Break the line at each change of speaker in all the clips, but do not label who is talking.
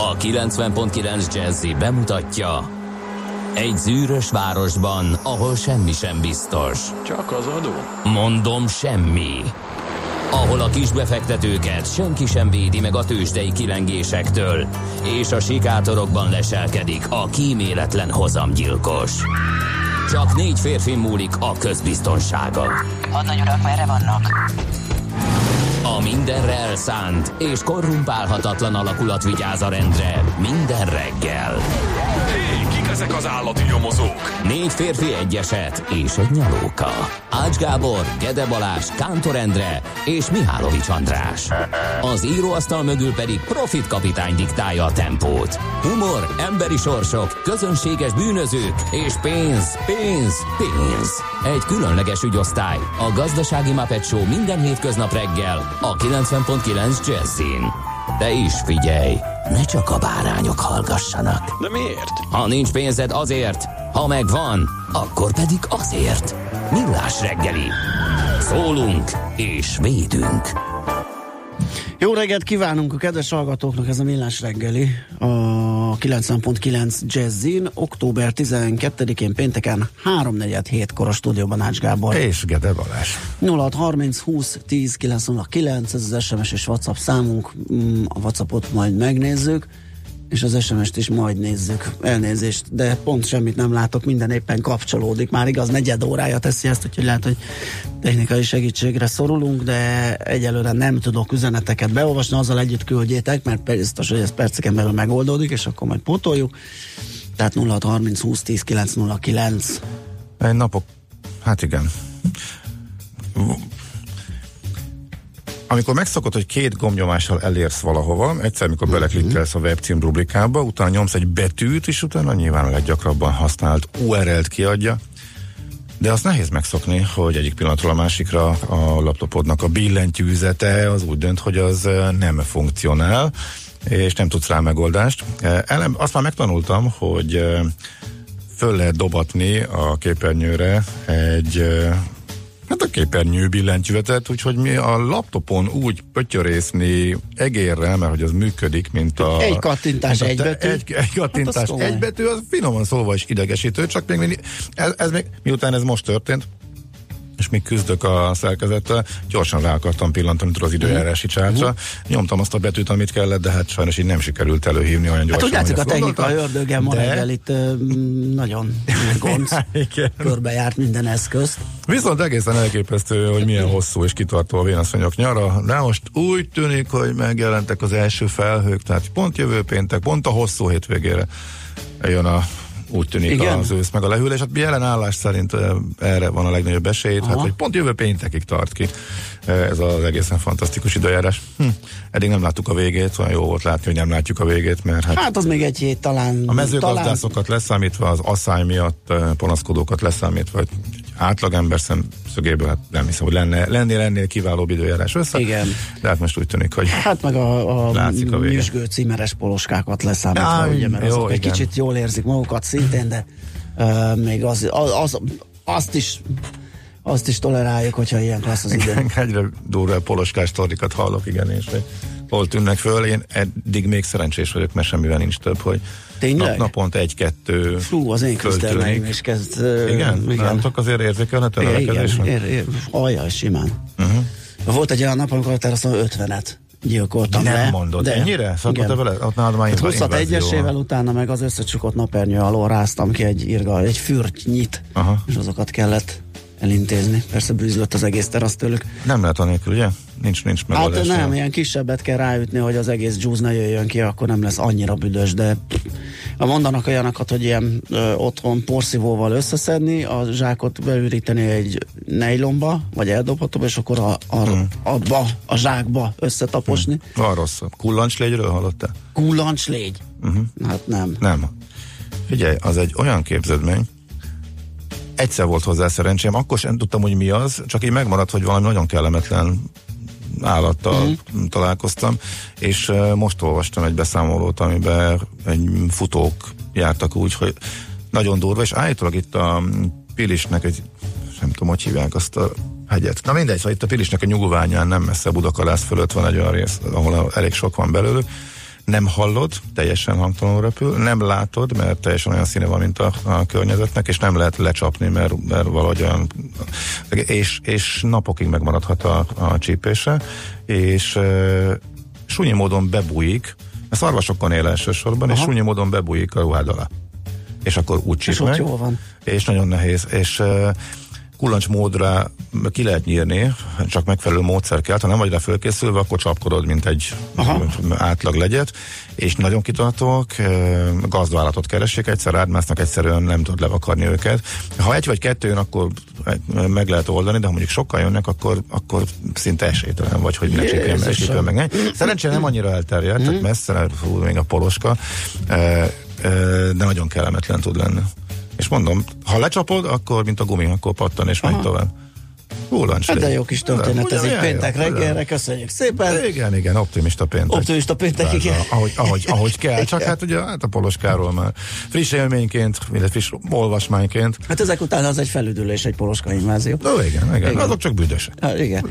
A 90.9 Jazzy bemutatja: egy zűrös városban, ahol semmi sem biztos.
Csak az adó?
Mondom, semmi. Ahol a kisbefektetőket senki sem védi meg a tőzsdei kilengésektől, és a sikátorokban leselkedik a kíméletlen hozamgyilkos. Csak 4 férfi múlik a közbiztonsága.
Hadnagy urak, merre vannak?
A mindenre elszánt és korrumpálhatatlan alakulat vigyáz a rendre minden reggel.
Hé, kik ezek az állati nyomozók?
4 férfi, egy eset és egy nyalóka. Ács Gábor, Gede Balázs, Kántor Endre és Mihálovics András. Az íróasztal mögül pedig Profit kapitány diktálja a tempót. Humor, emberi sorsok, közönséges bűnözők és pénz, pénz, pénz. Egy különleges ügyosztály, a Gazdasági Muppet Show minden hétköznap reggel a 90.9 Jazzin. De is figyelj, ne csak a bárányok hallgassanak.
De miért?
Ha nincs pénzed, azért, ha megvan, akkor pedig azért. Millás reggeli. Szólunk és védünk.
Jó reggelt kívánunk a kedves hallgatóknak, ez a Millás reggeli, a 90.9 Jazzin, október 12-én pénteken 3:47-kor a stúdióban Ács Gábor.
És Gede Balázs.
0630 20 10 909, ez az SMS és WhatsApp számunk, a WhatsAppot majd megnézzük, és az SMS-t is majd nézzük, elnézést, de pont semmit nem látok, minden éppen kapcsolódik, már igaz, negyed órája teszi ezt, úgyhogy lehet, hogy technikai segítségre szorulunk, de egyelőre nem tudok üzeneteket beolvasni, azzal együtt küldjétek, mert biztos, hogy ez perceken belül megoldódik, és akkor majd pótoljuk, tehát 0630 20 10 909.
Egy napok, hát igen. Amikor megszokod, hogy 2 gombnyomással elérsz valahova, egyszer, mikor beleklikkelsz a webcím rubrikába, utána nyomsz egy betűt, és utána nyilván a leggyakrabban használt URL-t kiadja, de azt nehéz megszokni, hogy egyik pillanatról a másikra a laptopodnak a billentyűzete az úgy dönt, hogy az nem funkcionál, és nem tudsz rá megoldást. Azt már megtanultam, hogy föl lehet dobatni a képernyőre a képernyő billentyűzetet, úgyhogy mi a laptopon úgy pöttyörészni egérrel, mert hogy az működik, mint a...
Egy kattintás, egy betű.
Egy kattintás, hát egy betű, az finoman szólva is idegesítő, csak még ez még, miután ez most történt, és még küzdök a szerkezettel, gyorsan rá akartam pillantani az időjárási csártra. Nyomtam azt a betűt, amit kellett, de hát sajnos így nem sikerült előhívni olyan gyorsan.
Hát úgy látszik, a technika ördöge ma reggel itt nagyon gonc, körbejárt minden eszközt.
Viszont egészen elképesztő, hogy milyen hosszú és kitartó a vénasszonyok nyara, de most úgy tűnik, hogy megjelentek az első felhők, tehát pont jövő péntek, pont a hosszú hétvégére jön úgy tűnik igen? Az ősz meg a lehűlés. Hát jelen állás szerint erre van a legnagyobb esélyt, hát hogy pont jövő péntekig tart ki ez az egészen fantasztikus időjárás. Eddig nem láttuk a végét, olyan jó volt látni, hogy nem látjuk a végét, mert hát
az még egy hét talán.
A mezőgazdászokat leszámítva, az asszály miatt panaszkodókat leszámítva, hogy átlagember szemszögéből hát nem hiszem, hogy lennél ennél kiválóbb időjárás össze. Igen. De hát most úgy tűnik, hogy
hát meg a nyüzsgő címeres poloskákat leszámítva, ugye, mert azok egy kicsit jól érzik magukat szintén, de még azt is toleráljuk, hogyha ilyen klassz az idő.
Egyre durvább poloskás sztorikat hallok, igen, és hol tűnnek föl. Én eddig még szerencsés vagyok, mert semmivel nincs több, hogy naponta 1-2
Fú, az én küzdelmeim is kezd.
Igen? Nem csak azért érzékelhető a növekedés?
Igen, simán. Volt egy olyan nap, amikor a teraszon 50-et gyilkoltam le.
Nem mondod, de ennyire? Szóval te vele? Ott nálad már
20 egyesével, utána meg az összecsukott napernyő alól ráztam ki egy fürtnyit, és azokat kellett elintézni. Persze bűzlött az egész terasz tőlük.
Nem lehet anélkül, ugye? Nincs megoldás.
Hát nem, ilyen kisebbet kell ráütni, hogy az egész dzsúz ne jöjjön ki, akkor nem lesz annyira büdös, de mondanak olyanokat, hogy ilyen otthon porszívóval összeszedni, a zsákot beüríteni egy nejlomba, vagy eldobhatóba, és akkor abba a zsákba összetaposni.
Van rosszabb. Kullancslégyről hallottál?
Kullancslégy? Hát nem.
Nem. Figyelj, az egy olyan képződmény, egyszer volt hozzá szerencsém, akkor sem tudtam, hogy mi az, csak így megmaradt, hogy valami nagyon kellemetlen állattal találkoztam, és most olvastam egy beszámolót, amiben futók jártak úgy, hogy nagyon durva, és állítólag itt a Pilisnek egy, nem tudom, hogy hívják azt a hegyet. Na mindegy, szóval itt a Pilisnek a nyugványán nem messze Budakalász fölött van egy olyan rész, ahol elég sok van belőlük, nem hallod, teljesen hangtalanul repül, nem látod, mert teljesen olyan színe van, mint a környezetnek, és nem lehet lecsapni, mert valahogy olyan, és napokig megmaradhat a csípése, és súnyi módon bebújik, a szarvasokon él elsősorban, és súnyi módon bebújik a ruhád alá. És akkor úgy csíp meg,
jól van.
és nagyon nehéz, és kullancsmódra ki lehet nyírni, csak megfelelő módszer kell, ha nem vagy rá fölkészülve, akkor csapkodod, mint egy átlag legyet, és nagyon kitartók, gazdaállatot keresik, egyszer rádmásznak, egyszerűen nem tudod levakarni őket. Ha egy vagy kettő jön, akkor meg lehet oldani, de ha mondjuk sokkal jönnek, akkor szinte esélytelen vagy, hogy ne csípjen meg. Szerencsére nem annyira elterjedt, tehát messze, még a poloska, de nagyon kellemetlen tud lenni. És mondom, ha lecsapod, akkor mint a gumi, akkor pattan és megy tovább.
Hát de jó kis történet, ez így péntek reggelre, köszönjük szépen.
Igen, optimista péntek.
Optimista péntek, igen.
Ahogy kell, csak hát ugye a poloskáról már friss élményként, illetve friss olvasmányként.
Hát ezek után az egy felüdülés, egy poloska invázió.
Igen, azok csak büdösek.
Igen.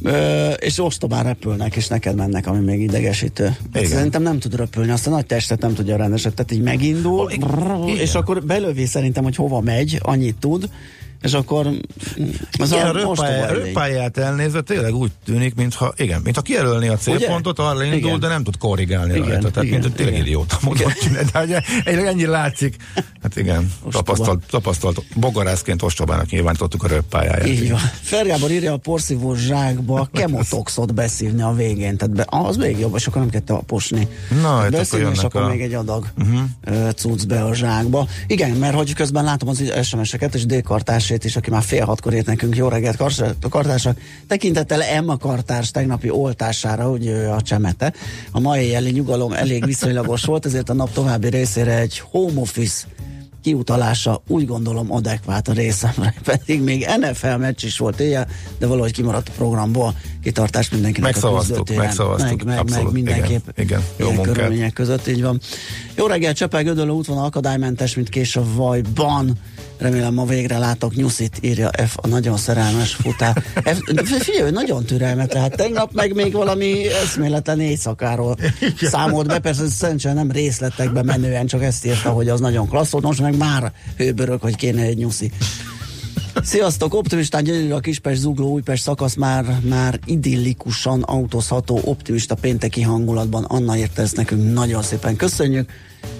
És ostobán repülnek, és neked mennek, ami még idegesítő. Szerintem nem tud repülni, azt a nagy testet nem tudja rendeset, tehát így megindul, és akkor belövi szerintem, hogy hova megy, annyit tud, és akkor az
a röppályát elnézve tényleg úgy tűnik, mintha kijelölni a célpontot, arra indul, de nem tud korrigálni rajta. Tehát mint tényleg idióta módon csinál, de ennyi látszik. Hát igen, tapasztalt bogarászként ostobának nyilvánítottuk a röppályáját.
Így van. Fergábor írja, a porszívós zsákba kemotoxot beszívni a végén, tehát az még jobb, és akkor nem kell taposni.
Na,
beszívni, és akkor még egy adag cucc be a zsákba. Igen, mert hogy közben látom az SMS-eket, és D-kartás is, aki már fél 6-kor írt nekünk, jó reggelt kartársak, tekintettel Emma kartárs tegnapi oltására, hogy a csemete. A mai éjjeli nyugalom elég viszonylagos volt, ezért a nap további részére egy home office kiutalása úgy gondolom adekvát a részemre, pedig még NFL meccs is volt éjjel, de valahogy kimaradt a programból. Kitartás mindenkinek
megszavaztuk,
meg mindenképp
igen, jó
körülmények között, így van. Jó reggel, Csepel Gödöllő útvonal akadálymentes, mint kés a vajban. Remélem ma végre látok nyuszit, írja F, a nagyon szerelmes futár. Figyelj, nagyon türelmet, tehát tegnap meg még valami eszméletlen éjszakáról számolt be, persze szerencsére nem részletekbe menően, csak ezt írta, hogy az nagyon klassz volt, most meg már hőbörök, hogy kéne egy nyuszi. Sziasztok, optimistán gyönyörű a Kispest-Zugló Újpest szakasz, már idillikusan autózható, optimista pénteki hangulatban. Anna írta ezt nekünk, nagyon szépen köszönjük.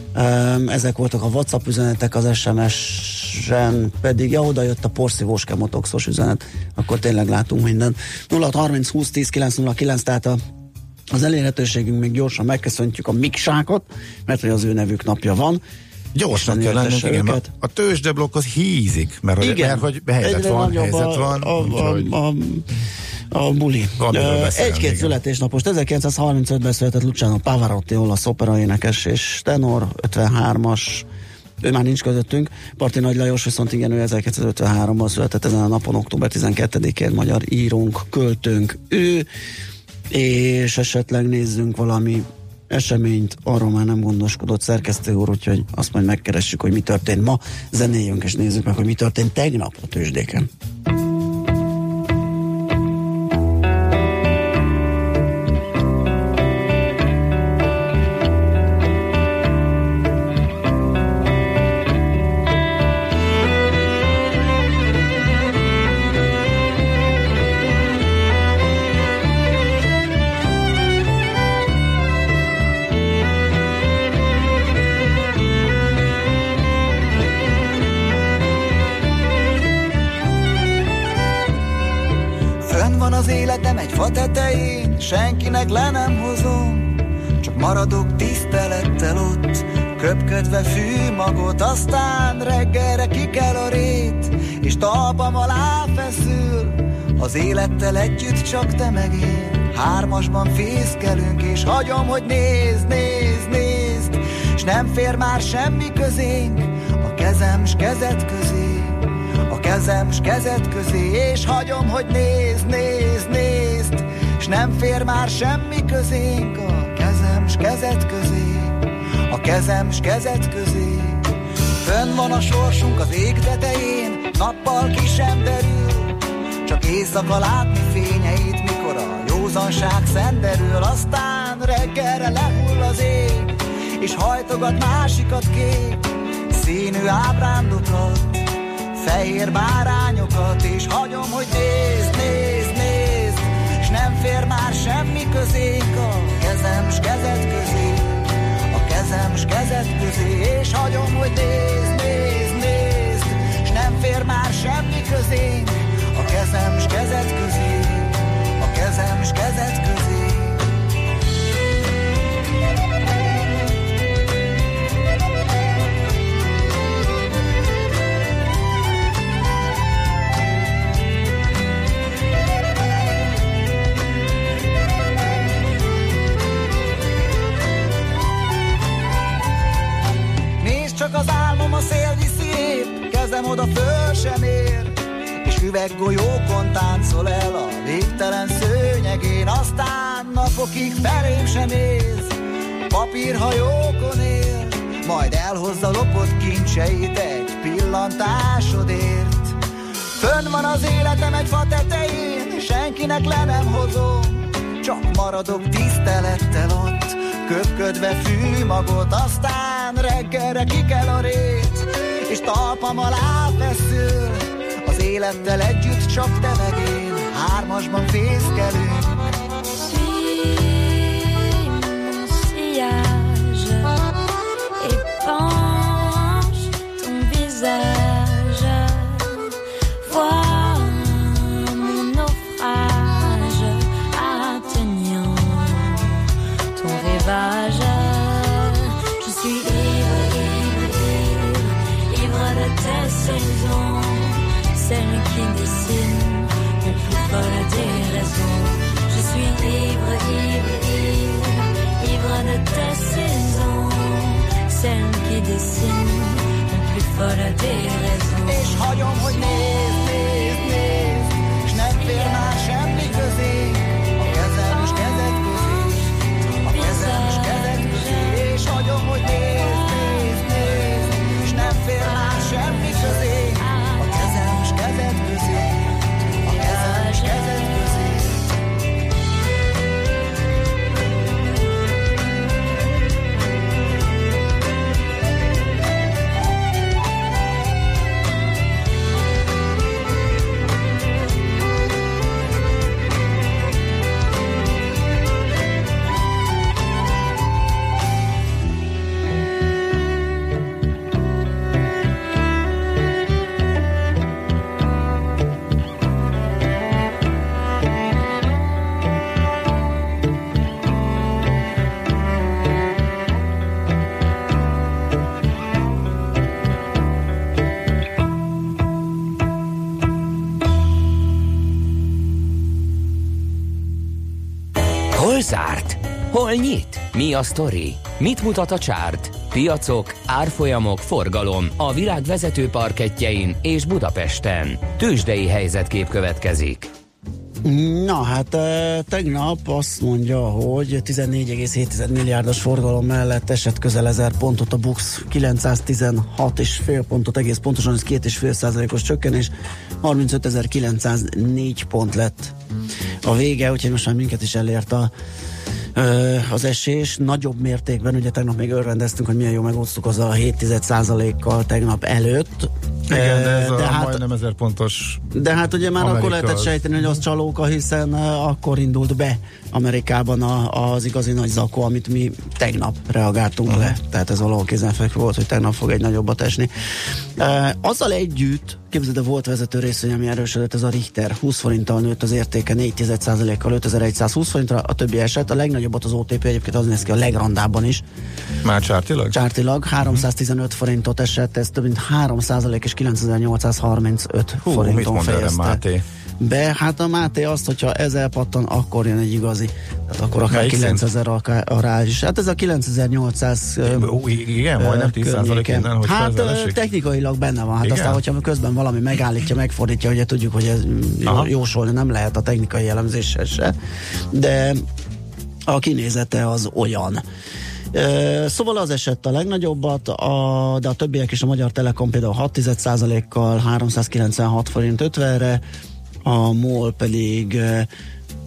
Ezek voltak a WhatsApp üzenetek, az SMS-en pedig, oda jött a porszívós kemotoxos üzenet, akkor tényleg látunk mindent. 0630 20 10 909, tehát az elérhetőségünk, még gyorsan megköszöntjük a Miksákat, mert hogy az ő nevük napja van.
Gyorsan kell lennünk, igen. A tőzsdeblokk az hízik, mert hogy helyzet van.
A buli. Egy-két születésnapost. 1935-ben született Luciano Pavarotti, olasz opera énekes és tenor, 53-as, ő már nincs közöttünk. Parti Nagy Lajos viszont igen, ő 1953-ban született ezen a napon, október 12-én, magyar írónk, költőnk ő, és esetleg nézzünk valami eseményt, arról már nem gondoskodott szerkesztő úr, úgyhogy azt majd megkeressük, hogy mi történt ma, zenéljünk és nézzük meg, hogy mi történt tegnap a tőzsdéken.
Tetején senkinek le nem hozom, csak maradok tisztelettel ott, köpködve fűmagot, aztán reggelre kikel a rét, és talpam alá feszül, az élettel együtt csak te meg én. Hármasban fészkelünk, és hagyom, hogy nézd, s nem fér már semmi közénk, a kezem s kezed közé, a kezem s kezed közé, és hagyom, hogy nézd, s nem fér már semmi közénk, a kezem s kezed közé, a kezem s kezed közé. Fönn van a sorsunk az ég tetején, nappal ki sem derül, csak éjszaka látni fényeit, mikor a józanság szenderül, aztán reggelre lehull az ég, és hajtogat másikat kék színű ábrándokat, fehér bárányokat, és hagyom, hogy nézd, nézd, nézd, s nem fér már semmi közénk a kezem s kezed közé, a kezem s kezed közé, és hagyom, hogy nézd, nézd, nézd, s nem fér már semmi közénk a kezem s kezed közé, a kezem s kezed közé. Csak az álmom a szél viszi épp, kezem oda föl sem ér, és üveggolyókon táncol el a végtelen szőnyegén, aztán napokig felém sem néz, papírhajókon él, majd elhozza lopott kincseit egy pillantásodért. Fönn van az életem egy fa tetején, senkinek le nem hozom, csak maradok tisztelettel ott, köpködve fűmagot, aztán reggelre kikel a rét, és talpam alá feszül, az élettel együtt csak te meg én, hármasban fészkelünk.
Je suis ivre, ivre, ivre, ivre de tes saisons, celles qui dessinent le plus folle des raisons. Je suis ivre, ivre, ivre, ivre de tes saisons, celles qui dessinent le plus folle des raisons.
És hagyom, hogy nézd, nézd, nézd, s nem fér már semmi közé, a kezem és kezed közé, a kezem és kezed közé, és hagyom, hogy nézd, nézd, nézd, s nem fér már semmi közé, a kezem és kezed közé, a kezem és kezed közé.
Hol zárt? Hol nyit? Mi a sztori? Mit mutat a csárt? Piacok, árfolyamok, forgalom a világ vezető parkettjein és Budapesten. Tőzsdei helyzetkép következik.
Na hát tegnap azt mondja, hogy 14,7 milliárdos forgalom mellett esett közel 1000 pontot a BUX, 916,5 pontot, egész pontosan ez 2,5%-os csökkenés, 35.904 pont lett a vége, úgyhogy most már minket is elért az esés nagyobb mértékben, ugye tegnap még örvendeztünk, hogy milyen jó megúsztuk azzal a 7,1%-kal tegnap előtt.
Igen, de ez
hát,
majdnem 1000 pontos.
De hát ugye már
Amerika
akkor lehetett sejteni, hogy az csalóka, hiszen akkor indult be Amerikában az igazi nagy zakó, amit mi tegnap reagáltunk le. Tehát ez valahol kézenfekvő volt, hogy tegnap fog egy nagyobbat esni. Azzal együtt, képzeld, a volt vezető részvény, ami erősödött, ez a Richter 20 forinttal nőtt az értéke 4,1%-kal 5120 forintra, a többi esett. A legnagyobbat az OTP egyébként az néz ki a legrandában is.
Már csártilag?
Csártilag 315 forintot esett, ez több mint 3% és 9835 forinton fejezte
Máté
be. Hát a Máté azt, hogyha ez elpattan, akkor jön egy igazi. Tehát akkor akár 9000 rá is. Hát ez a 9800
igen, majdnem 10% innen, hogy
hát technikailag benne van. Hát igen? Aztán, hogyha közben valami megállítja, megfordítja, ugye tudjuk, hogy ez jósolni nem lehet a technikai elemzéssel se. De a kinézete az olyan. Szóval az esett a legnagyobbat, de a többiek is, a Magyar Telekom például 6,1%-kal 396 forint 50-re, a MOL pedig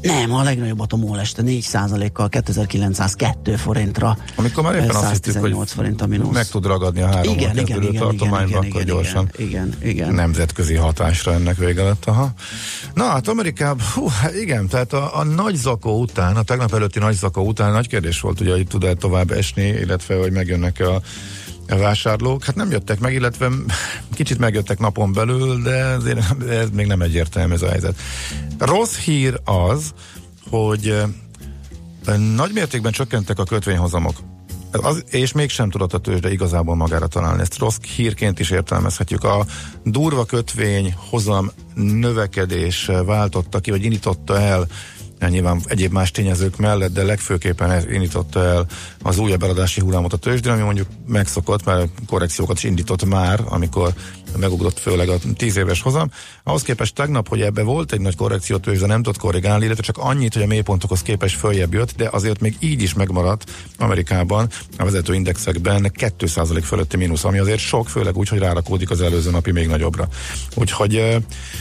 Nem, a legnagyobbat a MOL este 4%-kal 2902 forintra.
Amikor már éppen azt hittük, hogy
forint a mínusz.
Meg tud ragadni a 3 kezdődő tartományba, akkor gyorsan
igen.
nemzetközi hatásra ennek vége lett. Aha. Na hát Amerikában, igen, tehát a nagy zakó után, a tegnap előtti nagy zakó után nagy kérdés volt, ugye, hogy tud-e tovább esni, illetve hogy megjönnek a vásárlók. Hát nem jöttek meg, illetve kicsit megjöttek napon belül, de azért ez még nem egyértelmű ez a helyzet. Rossz hír az, hogy nagy mértékben csökkentek a kötvényhozamok. És mégsem tudott a tőzsde igazából magára találni. Ezt rossz hírként is értelmezhetjük. A durva kötvényhozam növekedés váltotta ki, vagy indította el, nyilván egyéb más tényezők mellett, de legfőképpen ez indította el az újabb eladási hullámot a tőzsdén, ami mondjuk megszokott, mert korrekciókat is indított már, amikor megugrott főleg a 10 éves hozam. Ahhoz képest tegnap, hogy ebbe volt egy nagy korrekció, tőzsde nem tudott korrigálni, illetve csak annyit, hogy a mélypontokhoz képest följebb jött, de azért még így is megmaradt Amerikában a vezető indexekben 2% fölötti mínusz, ami azért sok, főleg úgy, hogy rárakódik az előző napi még nagyobbra. Úgyhogy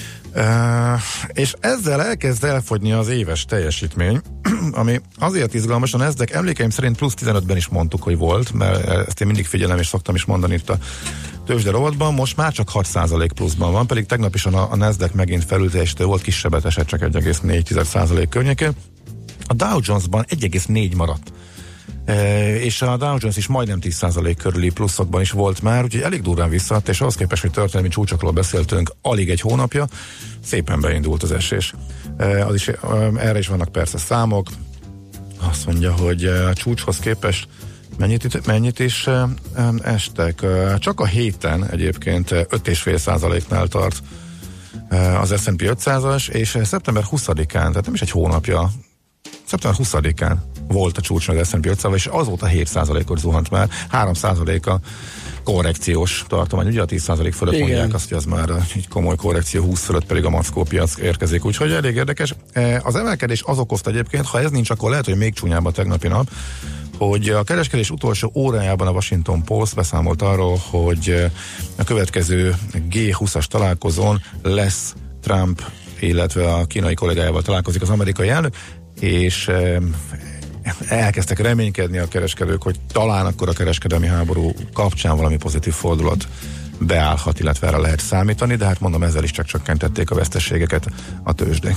és ezzel elkezd elfogyni az éves teljesítmény, ami azért izgalmas, a Nasdaq emlékeim szerint plusz 15-ben is mondtuk, hogy volt, mert ezt én mindig figyelem és szoktam is mondani itt a tőzsde rovatban, most már csak 6% pluszban van, pedig tegnap is a Nasdaq megint felülteljesítő volt, kisebbet esett, csak 1,4% környékén. A Dow Jonesban 1,4 maradt. És a Dow Jones is majdnem 10% körüli pluszokban is volt már, úgyhogy elég durván visszaállt, és ahhoz képest, hogy történelmi csúcsokról beszéltünk alig egy hónapja, szépen beindult az esés. Erre is vannak persze számok. Azt mondja, hogy a csúcshoz képest mennyit is estek. Csak a héten egyébként 5,5%-nál tart az S&P 500-as, és szeptember 20-án, tehát nem is egy hónapja, szeptember 20-án volt a csúcs az S&P 500, és azóta 7%-ot zuhant már, 3% a korrekciós tartomány, ugye a 10% fölött igen. Mondják azt, hogy az már egy komoly korrekció, 20 fölött pedig a mackó piac érkezik, úgyhogy elég érdekes. Az emelkedés az okozta egyébként, ha ez nincs, akkor lehet, hogy még csúnyább a tegnapi nap, hogy a kereskedés utolsó órájában a Washington Post beszámolt arról, hogy a következő G20-as találkozón lesz Trump, illetve a kínai kollégájával találkozik az amerikai elnök, és elkezdtek reménykedni a kereskedők, hogy talán akkor a kereskedelmi háború kapcsán valami pozitív fordulat beállhat, illetve erre lehet számítani, de hát mondom, ezzel is csak csökkentették a veszteségeket a tőzsdék.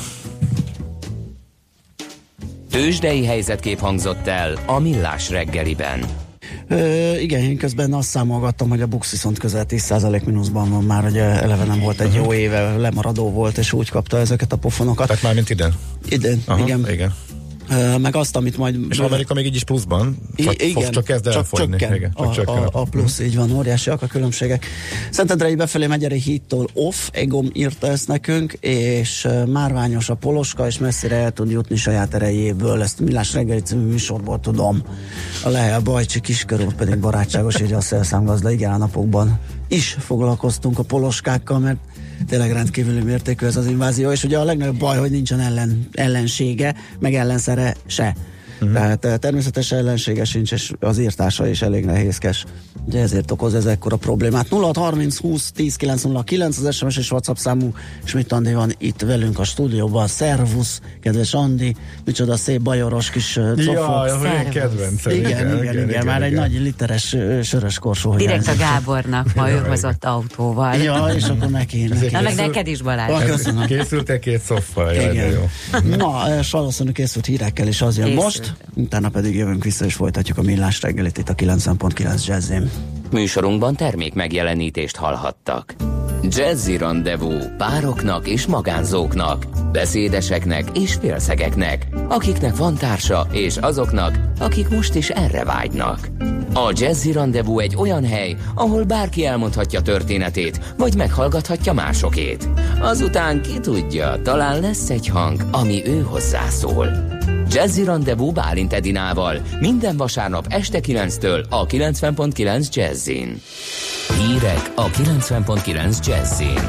Tőzsdei helyzetkép hangzott el a Millás reggeliben.
Igen, én közben azt számolgattam, hogy a Bux viszont közel 10% mínuszban van már, hogy eleve nem volt egy jó éve, lemaradó volt, és úgy kapta ezeket a pofonokat.
Tehát már mint idén?
Idén, igen. Meg azt, amit majd...
És Amerika még így is pluszban?
Igen,
csak kezd elfogyni.
Csökken a plusz, így van, óriásiak a különbségek. Szentendrei befelé Megyeri hídtól off, Egom írta ezt nekünk, és márványos a poloska, és messzire el tud jutni saját erejéből, ezt Millás reggeli című műsorból tudom. A Lehel Bajcsi Kiskörút pedig barátságos, így a szerszámgazda, igen, a napokban is foglalkoztunk a poloskákkal, mert tényleg rendkívüli mértékű ez az invázió, és ugye a legnagyobb baj, hogy nincsen ellensége, meg ellenszere se. Tehát természetes ellensége sincs, és az írtása is elég nehézkes. Ugye ezért okoz ez ekkora problémát. 0630 20 10 909 az SMS és WhatsApp számú, Schmidt Andi van itt velünk a stúdióban. Szervusz, kedves Andi, micsoda szép bajoros kis cofok.
Jaj, kedvencem.
Igen, már egy nagy literes sörös korsó.
Direkt a Gábornak ma ő hozott autóval.
Ja, és akkor neki.
Na, meg neked is, Balázs.
Készültek két szoffal, jaj, de jó.
Na, valószínűleg készült hírekkel is az jön most. Utána pedig jövünk vissza és folytatjuk a Millás reggelit itt a 90.9 Jazzin.
Műsorunkban termék megjelenítést hallhattak. Jazzy Rendezvú pároknak és magánzóknak, beszédeseknek és félszegeknek, akiknek van társa és azoknak, akik most is erre vágynak. A Jazzy Rendezvú egy olyan hely, ahol bárki elmondhatja történetét, vagy meghallgathatja másokét. Azután ki tudja, talán lesz egy hang, ami ő hozzászól. Jazzy Rendezvú Bálint Edinával minden vasárnap este 9-től a 90.9 Jazzin. Hírek a 90.9 Jazzin.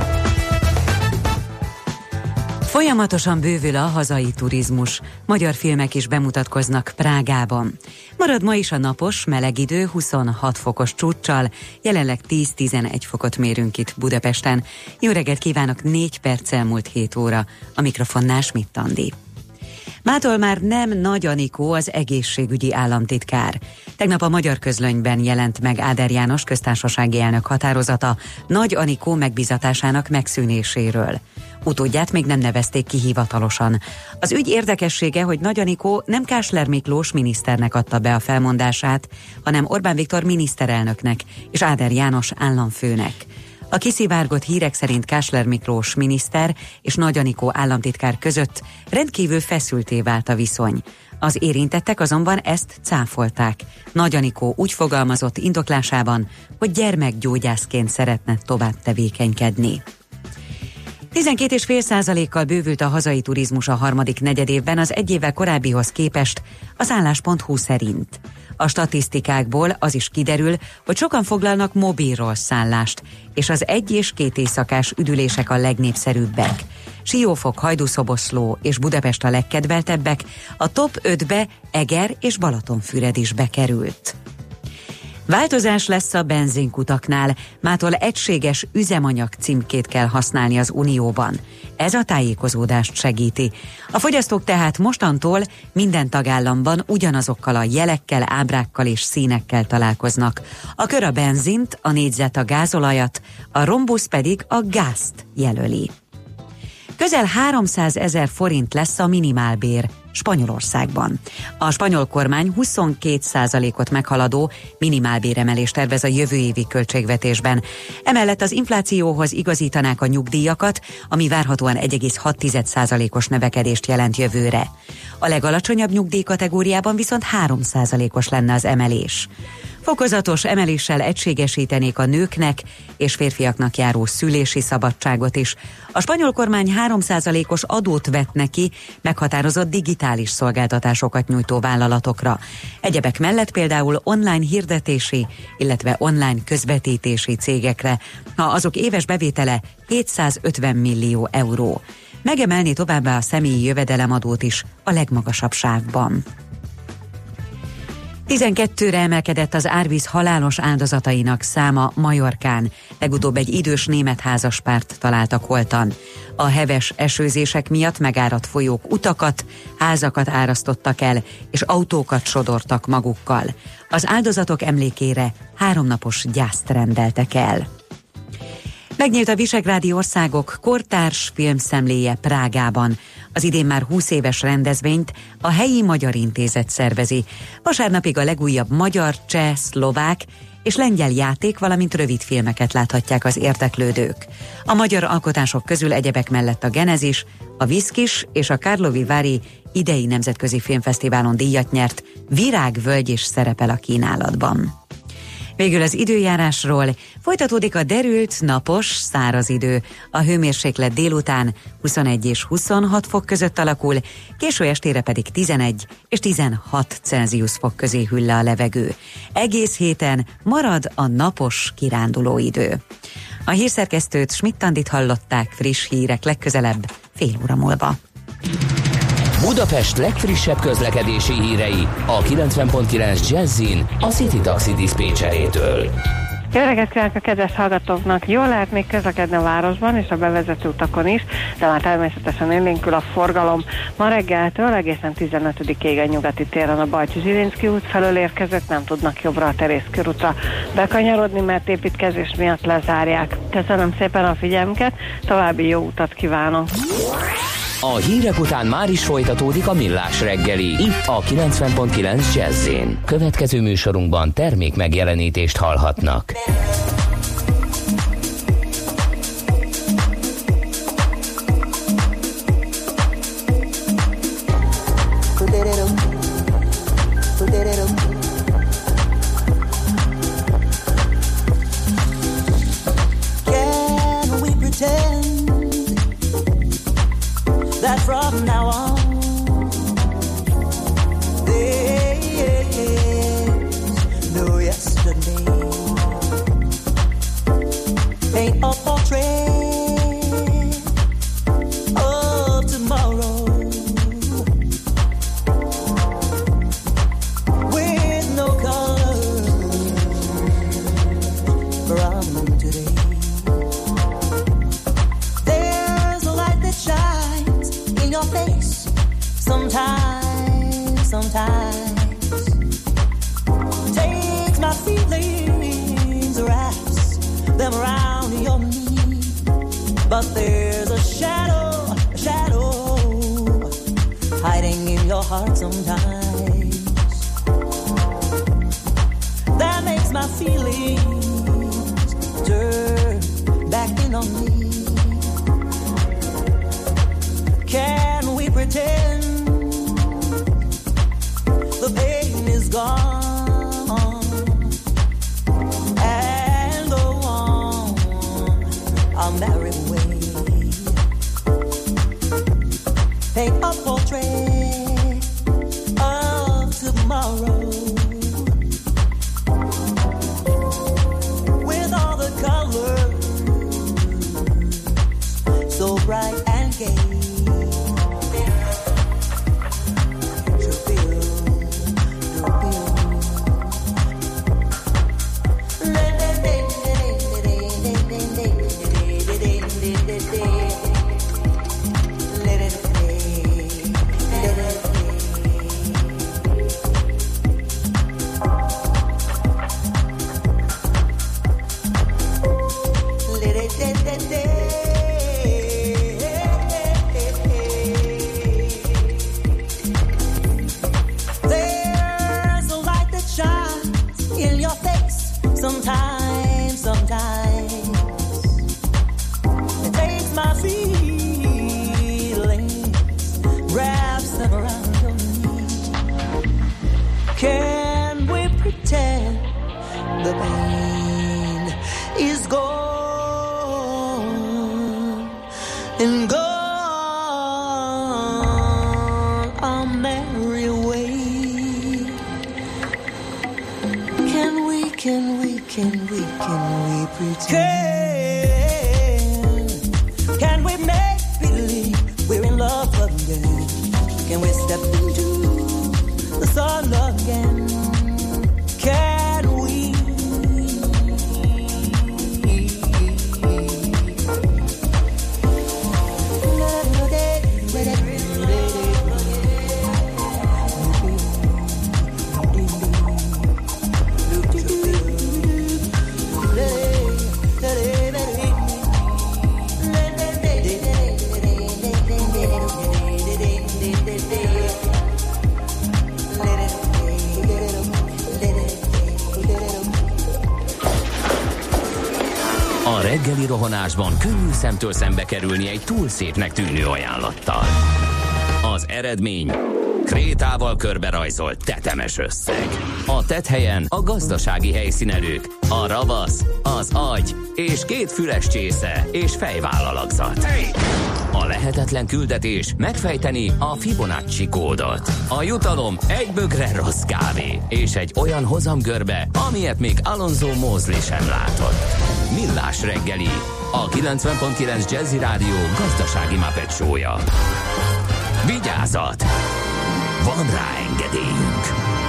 Folyamatosan bővül a hazai turizmus. Magyar filmek is bemutatkoznak Prágában. Marad ma is a napos, meleg idő 26 fokos csúccsal, jelenleg 10-11 fokot mérünk itt Budapesten. Jó reggelt kívánok, 4 perccel múlt 7 óra. A mikrofonnál Schmidt Andi. Mától már nem Nagy Anikó az egészségügyi államtitkár. Tegnap a Magyar Közlönyben jelent meg Áder János köztársasági elnök határozata Nagy Anikó megbízatásának megszűnéséről. Utódját még nem nevezték ki hivatalosan. Az ügy érdekessége, hogy Nagy Anikó nem Kásler Miklós miniszternek adta be a felmondását, hanem Orbán Viktor miniszterelnöknek és Áder János államfőnek. A kiszivárgott hírek szerint Kásler Miklós miniszter és Nagy Anikó államtitkár között rendkívül feszültté vált a viszony. Az érintettek azonban ezt cáfolták. Nagy Anikó úgy fogalmazott indoklásában, hogy gyermekgyógyászként szeretne tovább tevékenykedni. 12,5%-kal bővült a hazai turizmus a harmadik negyedévben az egy évvel korábbihoz képest a szállás.hu szerint. A statisztikákból az is kiderül, hogy sokan foglalnak mobilról szállást, és az 1 és 2 éjszakás üdülések a legnépszerűbbek. Siófok, Hajdúszoboszló és Budapest a legkedveltebbek, a top 5-be Eger és Balatonfüred is bekerült. Változás lesz a benzinkutaknál, mától egységes üzemanyag címkét kell használni az Unióban. Ez a tájékozódást segíti. A fogyasztók tehát mostantól minden tagállamban ugyanazokkal a jelekkel, ábrákkal és színekkel találkoznak. A kör a benzint, a négyzet a gázolajat, a rombusz pedig a gázt jelöli. Közel 300 000 forint lesz a minimálbér Spanyolországban. A spanyol kormány 22%-ot meghaladó minimálbéremelést tervez a jövő évi költségvetésben. Emellett az inflációhoz igazítanák a nyugdíjakat, ami várhatóan 1,6%-os növekedést jelent jövőre. A legalacsonyabb nyugdíjkategóriában viszont 3%-os lenne az emelés. Fokozatos emeléssel egységesítenék a nőknek és férfiaknak járó szülési szabadságot is. A spanyol kormány 3%-os adót vet neki meghatározott digitális szolgáltatásokat nyújtó vállalatokra. Egyebek mellett például online hirdetési, illetve online közvetítési cégekre, ha azok éves bevétele 750 millió euró. Megemelni továbbá a személyi jövedelemadót is a legmagasabb sávban. 12-re emelkedett az árvíz halálos áldozatainak száma Majorkán. Legutóbb egy idős német házaspárt találtak holtan. A heves esőzések miatt megáradt folyók utakat, házakat árasztottak el, és autókat sodortak magukkal. Az áldozatok emlékére 3 napos gyászt rendeltek el. Megnyílt a visegrádi országok kortárs filmszemléje Prágában. Az idén már 20 éves rendezvényt a helyi Magyar Intézet szervezi. Vasárnapig a legújabb magyar, cseh, szlovák és lengyel játék, valamint rövidfilmeket láthatják az érdeklődők. A magyar alkotások közül egyebek mellett a Genezis, a Viszkis és a Karlovy Vary idei nemzetközi filmfesztiválon díjat nyert Virágvölgy is szerepel a kínálatban. Végül az időjárásról. Folytatódik a derült, napos, száraz idő. A hőmérséklet délután 21 és 26 fok között alakul, késő estére pedig 11 és 16 Celsius fok közé hűl le a levegő. Egész héten marad a napos kiránduló idő. A hírszerkesztőt, Schmidt-Andit hallották, friss hírek legközelebb fél óra múlva.
Budapest legfrissebb közlekedési hírei a 90.9 Jazzin a City Taxi diszpécserétől.
Jó reggelt kívánok a kedves hallgatóknak! Jól lehet még közlekedni a városban és a bevezető utakon is, de már természetesen élénkül a forgalom. Ma reggeltől egészen 15-ig a nyugati téren a Bajcsy-Zsilinszky út felől érkezők nem tudnak jobbra a Terész körútra bekanyarodni, mert építkezés miatt lezárják. Köszönöm szépen a figyelmüket, további jó utat kívánok!
A hírek után már is folytatódik a Millás reggeli, itt a 90.9 Jazz-én. Következő műsorunkban termék megjelenítést hallhatnak.
Can we pretend that from now on there's no yesterday? but there's a shadow hiding in your heart sometimes that makes my feelings turn back in on me. Can we pretend the pain is gone and go on our merry way? Paint a portrait of tomorrow with all the colors so bright and gay.
Reggeli rohanásban könnyű szemtől szembe kerülni egy túl szépnek tűnő ajánlattal. Az eredmény krétával körberajzolt tetemes összeg. A tetthelyen a gazdasági helyszínelők, a ravasz, az agy és 2 füles csésze és fejvállalakzat. A lehetetlen küldetés megfejteni a Fibonacci kódot. A jutalom egy bögre rossz kávé és egy olyan hozamgörbe, amilyet még Alonso Mosley sem látott. Millás reggeli, a 90.9 Jazzy Rádió gazdasági Muppet show-ja. Vigyázat! Van rá engedélyünk!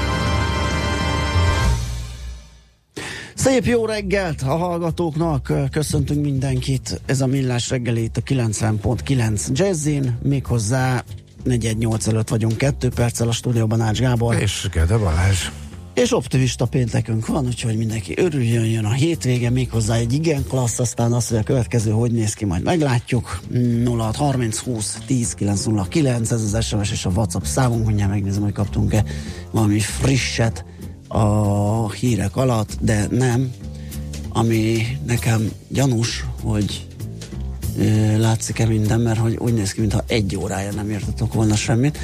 Szép jó reggelt a hallgatóknak, köszöntünk mindenkit, ez a Millás reggeli itt a 90.9 Jazzin, méghozzá 418 előtt vagyunk 2 perccel a stúdióban Ács Gábor.
És Gede Balázs.
És optimista péntekünk van, úgyhogy mindenki örüljön, jön a hétvége, méghozzá egy igen klassz, aztán azt, hogy a következő hogy néz ki, majd meglátjuk. 0630 20 10 909, ez az SMS és a WhatsApp számunk, mindjárt megnézem, hogy kaptunk-e valami frisset a hírek alatt, de nem, ami nekem gyanús, hogy látszik-e minden, mert hogy úgy néz ki, mintha 1 órája nem írtatok volna semmit.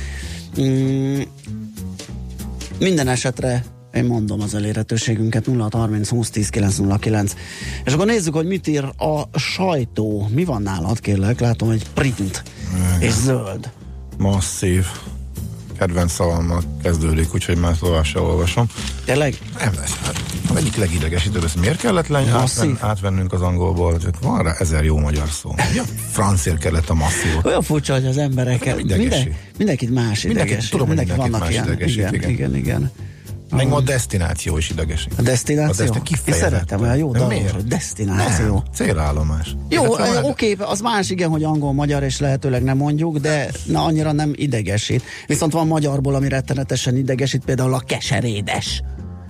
Minden esetre én mondom az elérhetőségünket 0630 20 10 909. És akkor nézzük, hogy mit ír a sajtó. Mi van nálad, kérlek? Látom, hogy print és zöld.
Masszív. Kedvenc szavammal kezdődik, úgyhogy már tovább se olvasom.
Tényleg?
Nem, az egyik legidegesítőbb, ezt miért kellett átvennünk az angolból? Van rá 1000 jó magyar szó. Ja, francért kellett a masszívot.
Olyan furcsa, hogy az embereket mindenkit más idegesít.
Tudom, hogy mindenkit más idegesít.
Igen.
Meg ma a destináció is idegesít.
A destináció? Én szeretem, olyan jó dalog, hogy destináció.
Nem, célállomás.
Jó, oké, az más, igen, hogy angol-magyar, és lehetőleg nem mondjuk, de annyira nem idegesít. Viszont van magyarból, ami rettenetesen idegesít, például a keserédes.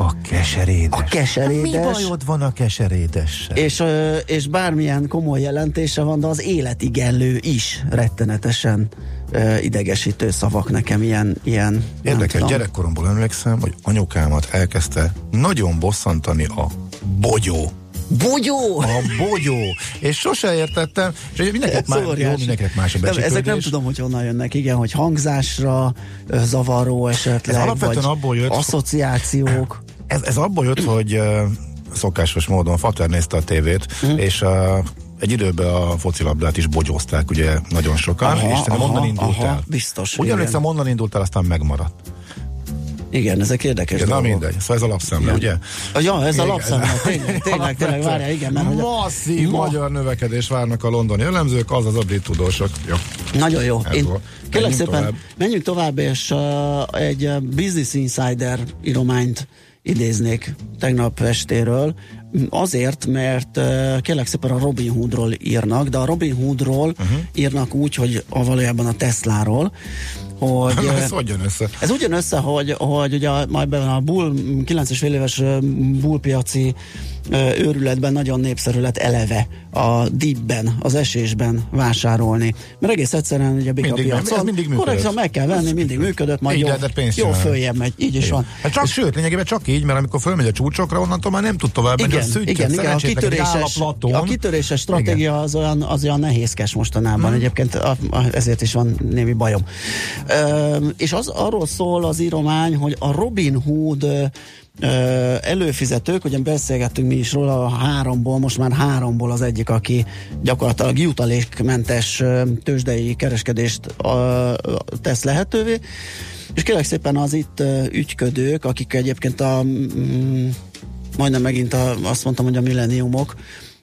A keserédes.
A keserédes.
Mi bajod van a keserédessel?
És bármilyen komoly jelentése van, de az életigenlő is rettenetesen idegesítő szavak nekem ilyen
Érdekes, gyerekkoromból emlékszem, hogy anyukámat elkezdte nagyon bosszantani a bogyó.
Bogyó!
A bogyó! És sose értettem, és mindenkinek más a becsüklődés.
Ezek nem tudom, hogy honnan jönnek, igen, hogy hangzásra zavaró esetleg, vagy abból jött, asszociációk.
Ez abból jött, hogy szokásos módon Fater nézte a tévét, és egy időben a focilabdát is bogyózták, ugye nagyon sokan, és onnan indult el.
Biztos.
Úgy emlékszem, onnan indult el, aztán megmaradt.
Igen, ezek érdekes dolgok.
Na mindegy, szóval ez a lapszemle, ugye?
Ja, ez a lapszemle, tényleg, várjál, igen. Mert
masszív magyar növekedés várnak a londoni elemzők, azaz a brit tudósok. Jó.
Nagyon jó. Kérlek szépen, menjünk tovább, és egy Business Insider írományt idéznék tegnap estéről. Azért, mert kérlek szépen a Robin Hoodról írnak, de a Robin Hoodról írnak úgy, hogy valójában a Tesláról, hogy...
Ez hogy jön össze?
Ez úgy jön össze, hogy ugye majd a bull, 9,5 éves bullpiaci őrületben nagyon népszerű lett eleve a dipben, az esésben vásárolni. Mert egész egyszerűen ugye a piacon korrektan meg kell venni, mindig működött, majd jó följebb megy, így is van.
Hát csak, sőt, lényegében csak így, mert amikor fölmegy a csúcsokra, onnantól már nem tud tovább menni, a
igen, a kitöréses stratégia az olyan nehézkes mostanában, egyébként ezért is van némi bajom. És arról szól az íromány, hogy a Robin Hood előfizetők, ugye beszélgettünk mi is róla, most már háromból az egyik, aki gyakorlatilag jutalékmentes tőzsdei kereskedést tesz lehetővé, és kérlek szépen az itt ügyködők, akik egyébként majdnem megint azt mondtam, hogy a milleniumok,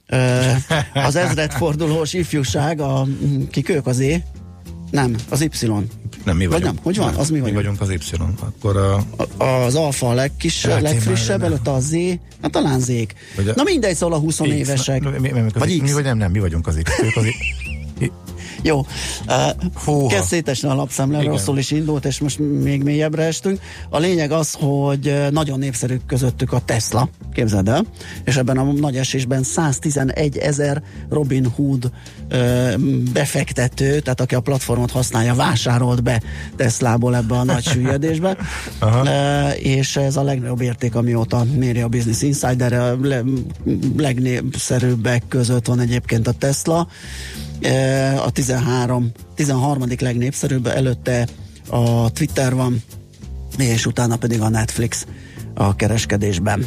az ezredfordulós ifjúság, kik ők az Nem, az Y.
Nem, mi vagyunk.
Vagy nem, hogy van? Az mi
vagyunk az Y. Akkor
az alfa a legfrissebb, előtte a Z, talán Z-k. Na mindegy, szóval a 20 évesek.
Mi vagyunk az X.
Jó, kezd szétesni a lapszemle, rosszul is indult, és most még mélyebbre estünk. A lényeg az, hogy nagyon népszerű közöttük a Tesla, képzeld el, és ebben a nagy esésben 111 000 Robin Hood befektető, tehát aki a platformot használja, vásárolt be Teslából ebbe a nagy süllyedésbe, és ez a legnagyobb érték, amióta méri a Business Insider, a legnépszerűbbek között van egyébként a Tesla, a 13. legnépszerűbb, előtte a Twitter van, és utána pedig a Netflix a kereskedésben.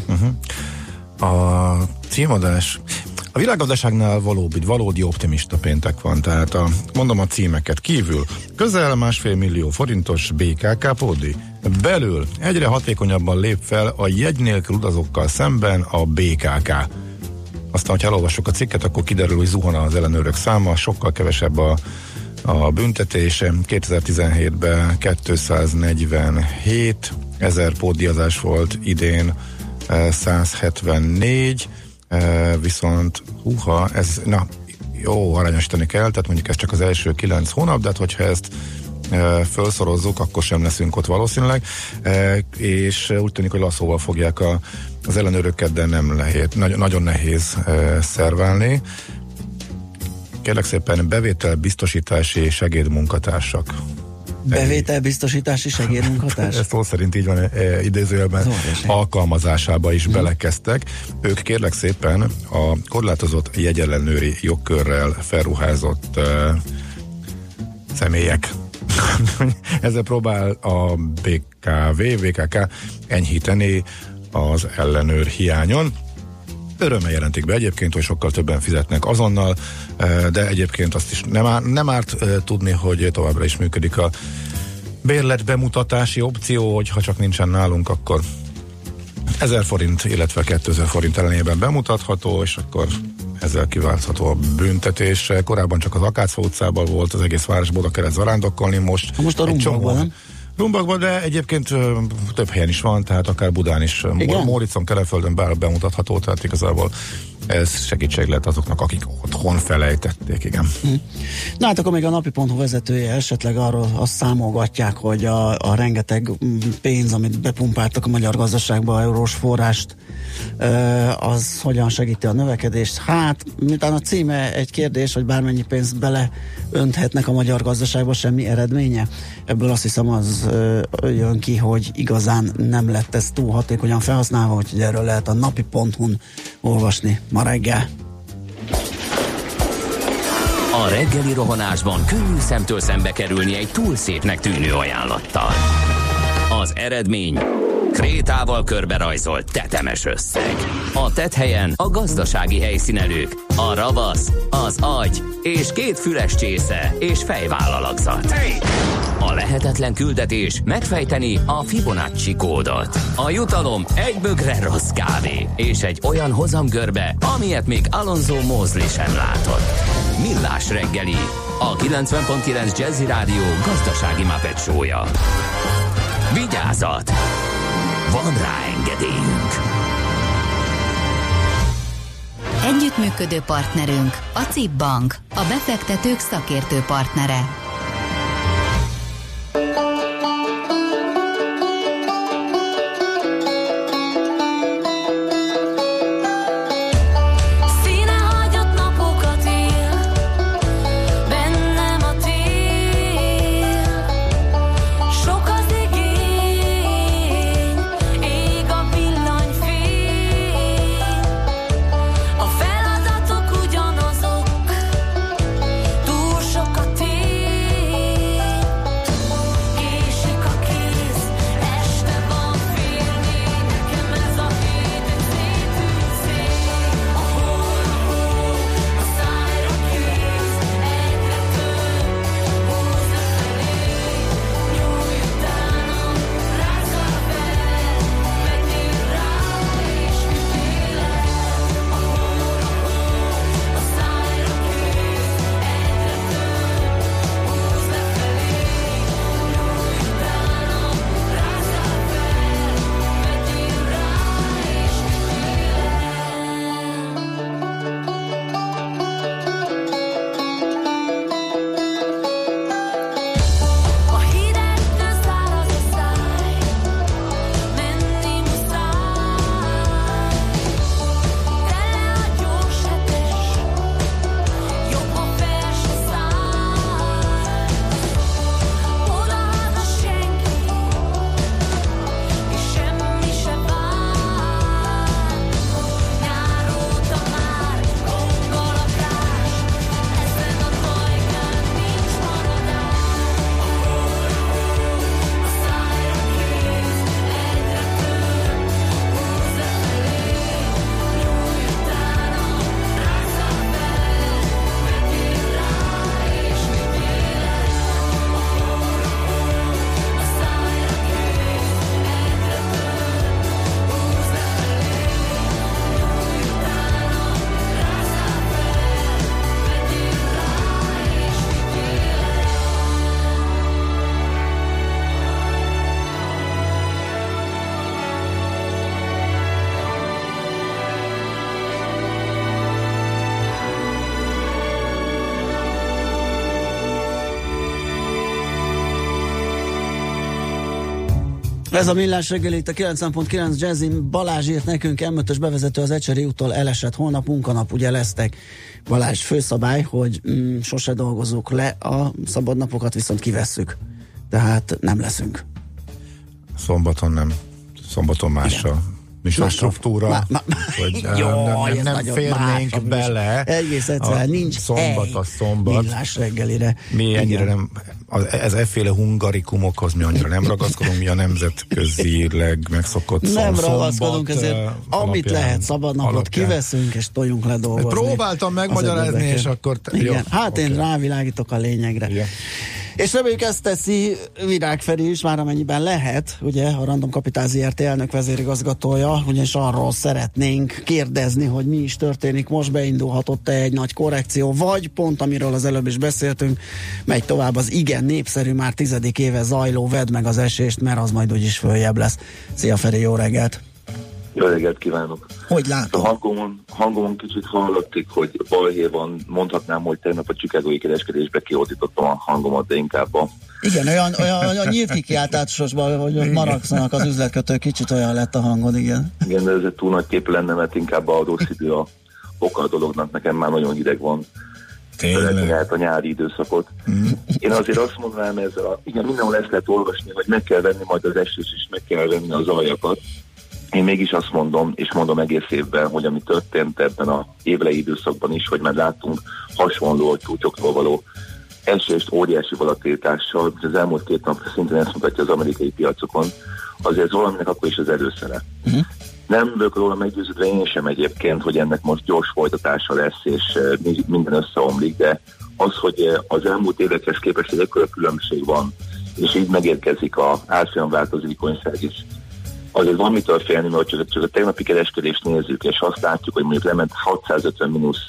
A címadás. A világgazdaságnál valódi optimista péntek van, tehát mondom a címeket kívül. Közel 1,5 millió forintos BKK pódi. Belül egyre hatékonyabban lép fel a jegy nélkül utazókkal szemben a BKK. Aztán, ha elolvassuk a cikket, akkor kiderül, hogy zuhan az ellenőrök száma, sokkal kevesebb a büntetése. 2017-ben 247 000 pótdíjazás volt, idén 174, viszont jó arányosítani kell, tehát mondjuk ez csak az első 9 hónap, de hát hogyha ezt felszorozzuk, akkor sem leszünk ott valószínűleg, és úgy tűnik, hogy lasszóval fogják az ellenőröket, de nem lehet, nagyon nehéz szerválni. Kérlek szépen, bevételbiztosítási segédmunkatársak.
Bevételbiztosítási segédmunkatárs?
Ez szó szerint így van, idézőjelben alkalmazásába is belekezdtek. Ők kérlek szépen a korlátozott jegyellenőri jogkörrel felruházott személyek. Ezzel próbál a VKK enyhíteni az ellenőr hiányon. Örömmel jelentik be egyébként, hogy sokkal többen fizetnek azonnal, de egyébként azt is nem árt tudni, hogy továbbra is működik a bérlet bemutatási opció, hogy ha csak nincsen nálunk, akkor 1000 forint, illetve 2000 forint ellenében bemutatható, és akkor ezzel kiváltható a büntetés. Korábban csak az Akácfa utcában volt, az egész városból oda kellett zarándokolni, most
a Rumbolban, nem?
Rumbakban, de egyébként több helyen is van, tehát akár Budán is. Móricon, Kereföldön bemutatható, tehát igazából ez segítség lehet azoknak, akik otthon felejtették, igen.
Na hát akkor még a napi.hu vezetője esetleg arról azt számolgatják, hogy a rengeteg pénz, amit bepumpáltak a magyar gazdaságba, eurós forrást, az hogyan segíti a növekedést. Hát, miután a címe egy kérdés, hogy bármennyi pénzt beleönthetnek a magyar gazdaságba, semmi eredménye. Ebből azt hiszem az jön ki, hogy igazán nem lett ez túl hatékonyan felhasználva, úgyhogy erről lehet a napi.hu-n olvasni ma reggel.
A reggeli rohanásban könnyű szemtől szembe kerülni egy túl szépnek tűnő ajánlattal. Az eredmény krétával körberajzolt tetemes összeg. A tetthelyen a gazdasági helyszínelők, a ravasz, az agy és 2 füles csésze és fejvállalakzat. A lehetetlen küldetés megfejteni a Fibonacci kódot. A jutalom egy bögre rossz kávé és egy olyan hozamgörbe, amilyet még Alonso Mosley sem látott. Millás reggeli, a 90.9 Jazzy Rádió gazdasági Muppet show-ja. Vigyázat! Van rá engedélyünk!
Együttműködő partnerünk a CIP Bank, a befektetők szakértő partnere.
Ez a Millás reggeli, itt a 90.9 Jazzin. Balázs írt nekünk, M5-ös bevezető az Ecseri úttól elesett, holnap munkanap, ugye lesztek. Balázs, főszabály, hogy sose dolgozunk le, a szabadnapokat viszont kivesszük. Tehát nem leszünk.
Szombaton nem. Szombaton más a műsorstruktúra, hogy nem férnénk bele.
Egész egyszerűen nincs
szombat a szombat.
Millás reggelire.
Mi ennyire nem, ez efféle hungarikumokhoz mi annyira nem ragaszkodunk, mi a nemzetközileg megszokott
nem ragaszkodunk, ezért amit lehet szabadnapot kiveszünk, és toljunk le dolgozni.
Próbáltam megmagyarázni, és akkor...
Igen. Hát én rávilágítok a lényegre. Igen. És reméljük ezt teszi Virág Feri is, már amennyiben lehet, ugye a Random Capital Zrt. Elnök vezérigazgatója, ugyanis arról szeretnénk kérdezni, hogy mi is történik most, beindulhatott-e egy nagy korrekció, vagy pont amiről az előbb is beszéltünk, megy tovább az igen népszerű, már 10. éve zajló vedd meg az esést, mert az majd úgyis följebb lesz. Szia Feri, jó reggelt!
Jó reggelt kívánok!
Hogy látod?
A hangomon kicsit hallottik, hogy balhé van, mondhatnám, hogy tegnap a chicagói kereskedésbe kiordítottam a hangomat, de inkább a...
Igen, olyan nyílt kikiáltásosban, hogy maragszanak az üzletkötők, kicsit olyan lett a hangod, igen.
Igen, de ez egy túl nagy kép lenne, mert inkább a rossz idő a oka a dolognak, nekem már nagyon hideg van. Tényleg? A nyári időszakot. Én azért azt mondanám ezzel, igen, mindenhol ezt lehet olvasni, hogy meg kell venni majd az esés, és meg kell venni az aljakat. Én mégis azt mondom, és mondom egész évben, hogy ami történt ebben az évelei időszakban is, hogy már láttunk hasonló csúcsokról való esést óriási volatilitással, az elmúlt 2 nap szintén ezt mutatja az amerikai piacokon, azért valaminek akkor is az előszere. Nem vagyok róla meggyőződve én sem egyébként, hogy ennek most gyors folytatása lesz, és minden összeomlik, de az, hogy az elmúlt évekhez képest egy ekkora különbség van, és így megérkezik az árfolyamváltozékonyság is. Azért van mitől félni, mert csak a tegnapi kereskedést nézzük, és azt látjuk, hogy mondjuk lement 650 mínusz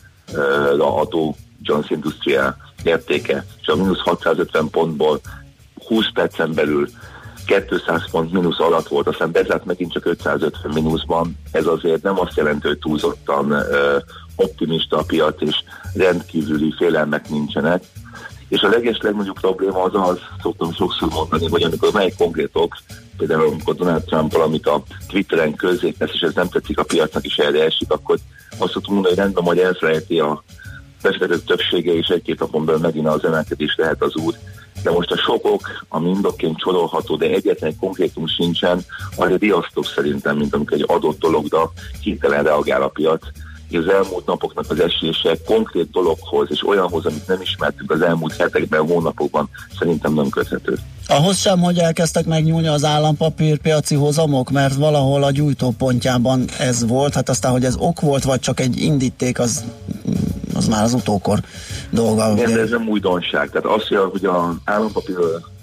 a Dow Jones Industrial értéke, és a mínusz 650 pontból 20 percen belül 200 pont mínusz alatt volt, aztán bezárt megint csak 550 mínuszban. Ez azért nem azt jelenti, hogy túlzottan optimista a piac, és rendkívüli félelmek nincsenek. És a legnagyobb probléma az, szoktam sokszor mondani, hogy amikor melyik konkrétok, például amikor Donald Trump valamit a Twitteren közzétesz, és ez nem tetszik a piacnak, is erre esik, akkor azt szoktam mondani, hogy rendben majd elfelejti a befektetők többsége, és 1-2 napon belül megint az emelkedés lehet az út. De most a sokok, ami indokként sorolható, de egyetlen egy konkrétum sincsen, arra riasztóbb szerintem, mint amikor egy adott dologra hirtelen reagál a piac. Az elmúlt napoknak az esése konkrét dologhoz és olyanhoz, amit nem ismertünk az elmúlt hetekben, hónapokban, szerintem nem köthető.
Ahhoz sem, hogy elkezdtek megnyúlni az állampapírpiaci hozamok, mert valahol a gyújtópontjában ez volt, hát aztán, hogy ez ok volt, vagy csak egy indíték, az már az utókor dolga.
Igen, de ez nem újdonság. Tehát az, hogy az állampapír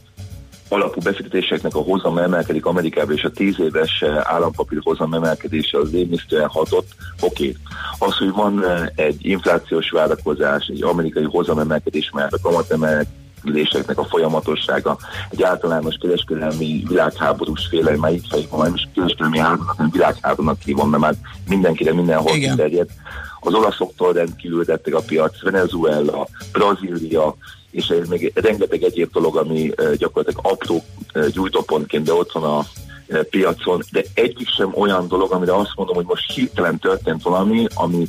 alapú befektetéseknek a hozam emelkedik Amerikában, és a 10 éves állampapír hozam emelkedése az rémisztően hatott, oké. Az, hogy van egy inflációs várakozás, egy amerikai hozam emelkedés, mert a kamatemelkedéseknek a folyamatossága, egy általános kereskedelmi világháborús félelem, már itt fejük van, nem is kereskedelmi háborúnak, hanem világháborúnak hívom, mert már mindenkire mindenhol kiterjed. Az olaszoktól rendkívül tettek a piac, Venezuela, Brazília, és még rengeteg egyéb dolog, ami gyakorlatilag apró gyújtópontként, de ott van a piacon, de egyik sem olyan dolog, amire azt mondom, hogy most hirtelen történt valami, ami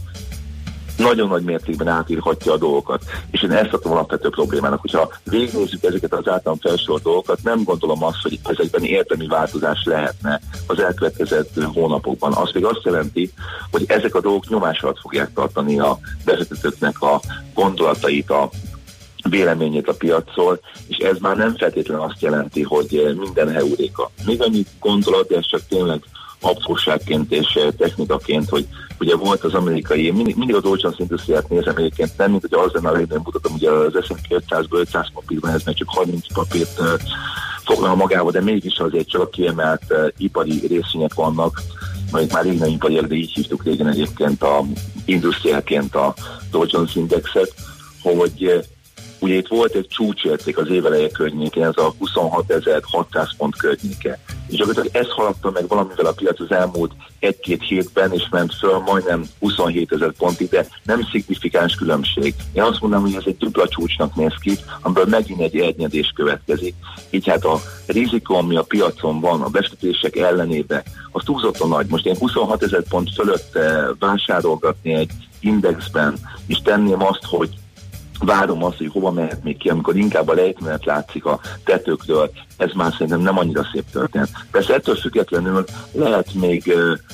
nagyon nagy mértékben átírhatja a dolgokat. És én ezt adtam alapvető problémának, hogyha végignézzük ezeket az általán felsorolt dolgokat, nem gondolom azt, hogy ezekben érdemi változás lehetne az elkövetkezett hónapokban. Az még azt jelenti, hogy ezek a dolgok nyomás alatt fogják tartani a vezetőknek a gondolatait, a véleményét a piacról, és ez már nem feltétlenül azt jelenti, hogy minden heuréka. Még annyi gondolat, de ez csak tényleg apróságként és technikaként, hogy ugye volt az amerikai, mindig a Dow Jones Industrial nézem egyébként, nem mint hogy az lenne a legnagyobb mutatom, ugye az S&P 500-ből 500 papírban ez meg csak 30 papírt foglal magába, de mégis azért csak kiemelt ipari részvények vannak, majd már régen ipari, de így hívtuk régen egyébként a industriálként a Dow Jones Indexet, hogy ugye itt volt egy csúcsérték az éveleje környékén, ez a 26.600 pont környéke. És gyakorlatilag ez haladta meg valamivel a piac az elmúlt 1-2 hétben, és ment föl majdnem 27.000 pontig, de nem szignifikáns különbség. Én azt mondanám, hogy ez egy dupla csúcsnak néz ki, amiből megint egy ernyedés következik. Így hát a rizikó, ami a piacon van, a befektetések ellenében, az túlzottan nagy. Most én 26.000 pont fölött vásárolgatni egy indexben, és tenném azt, hogy várom azt, hogy hova mehet még ki, amikor inkább a lejtmenet látszik a tetőkről, ez már szerintem nem annyira szép történet. Persze ettől függetlenül lehet még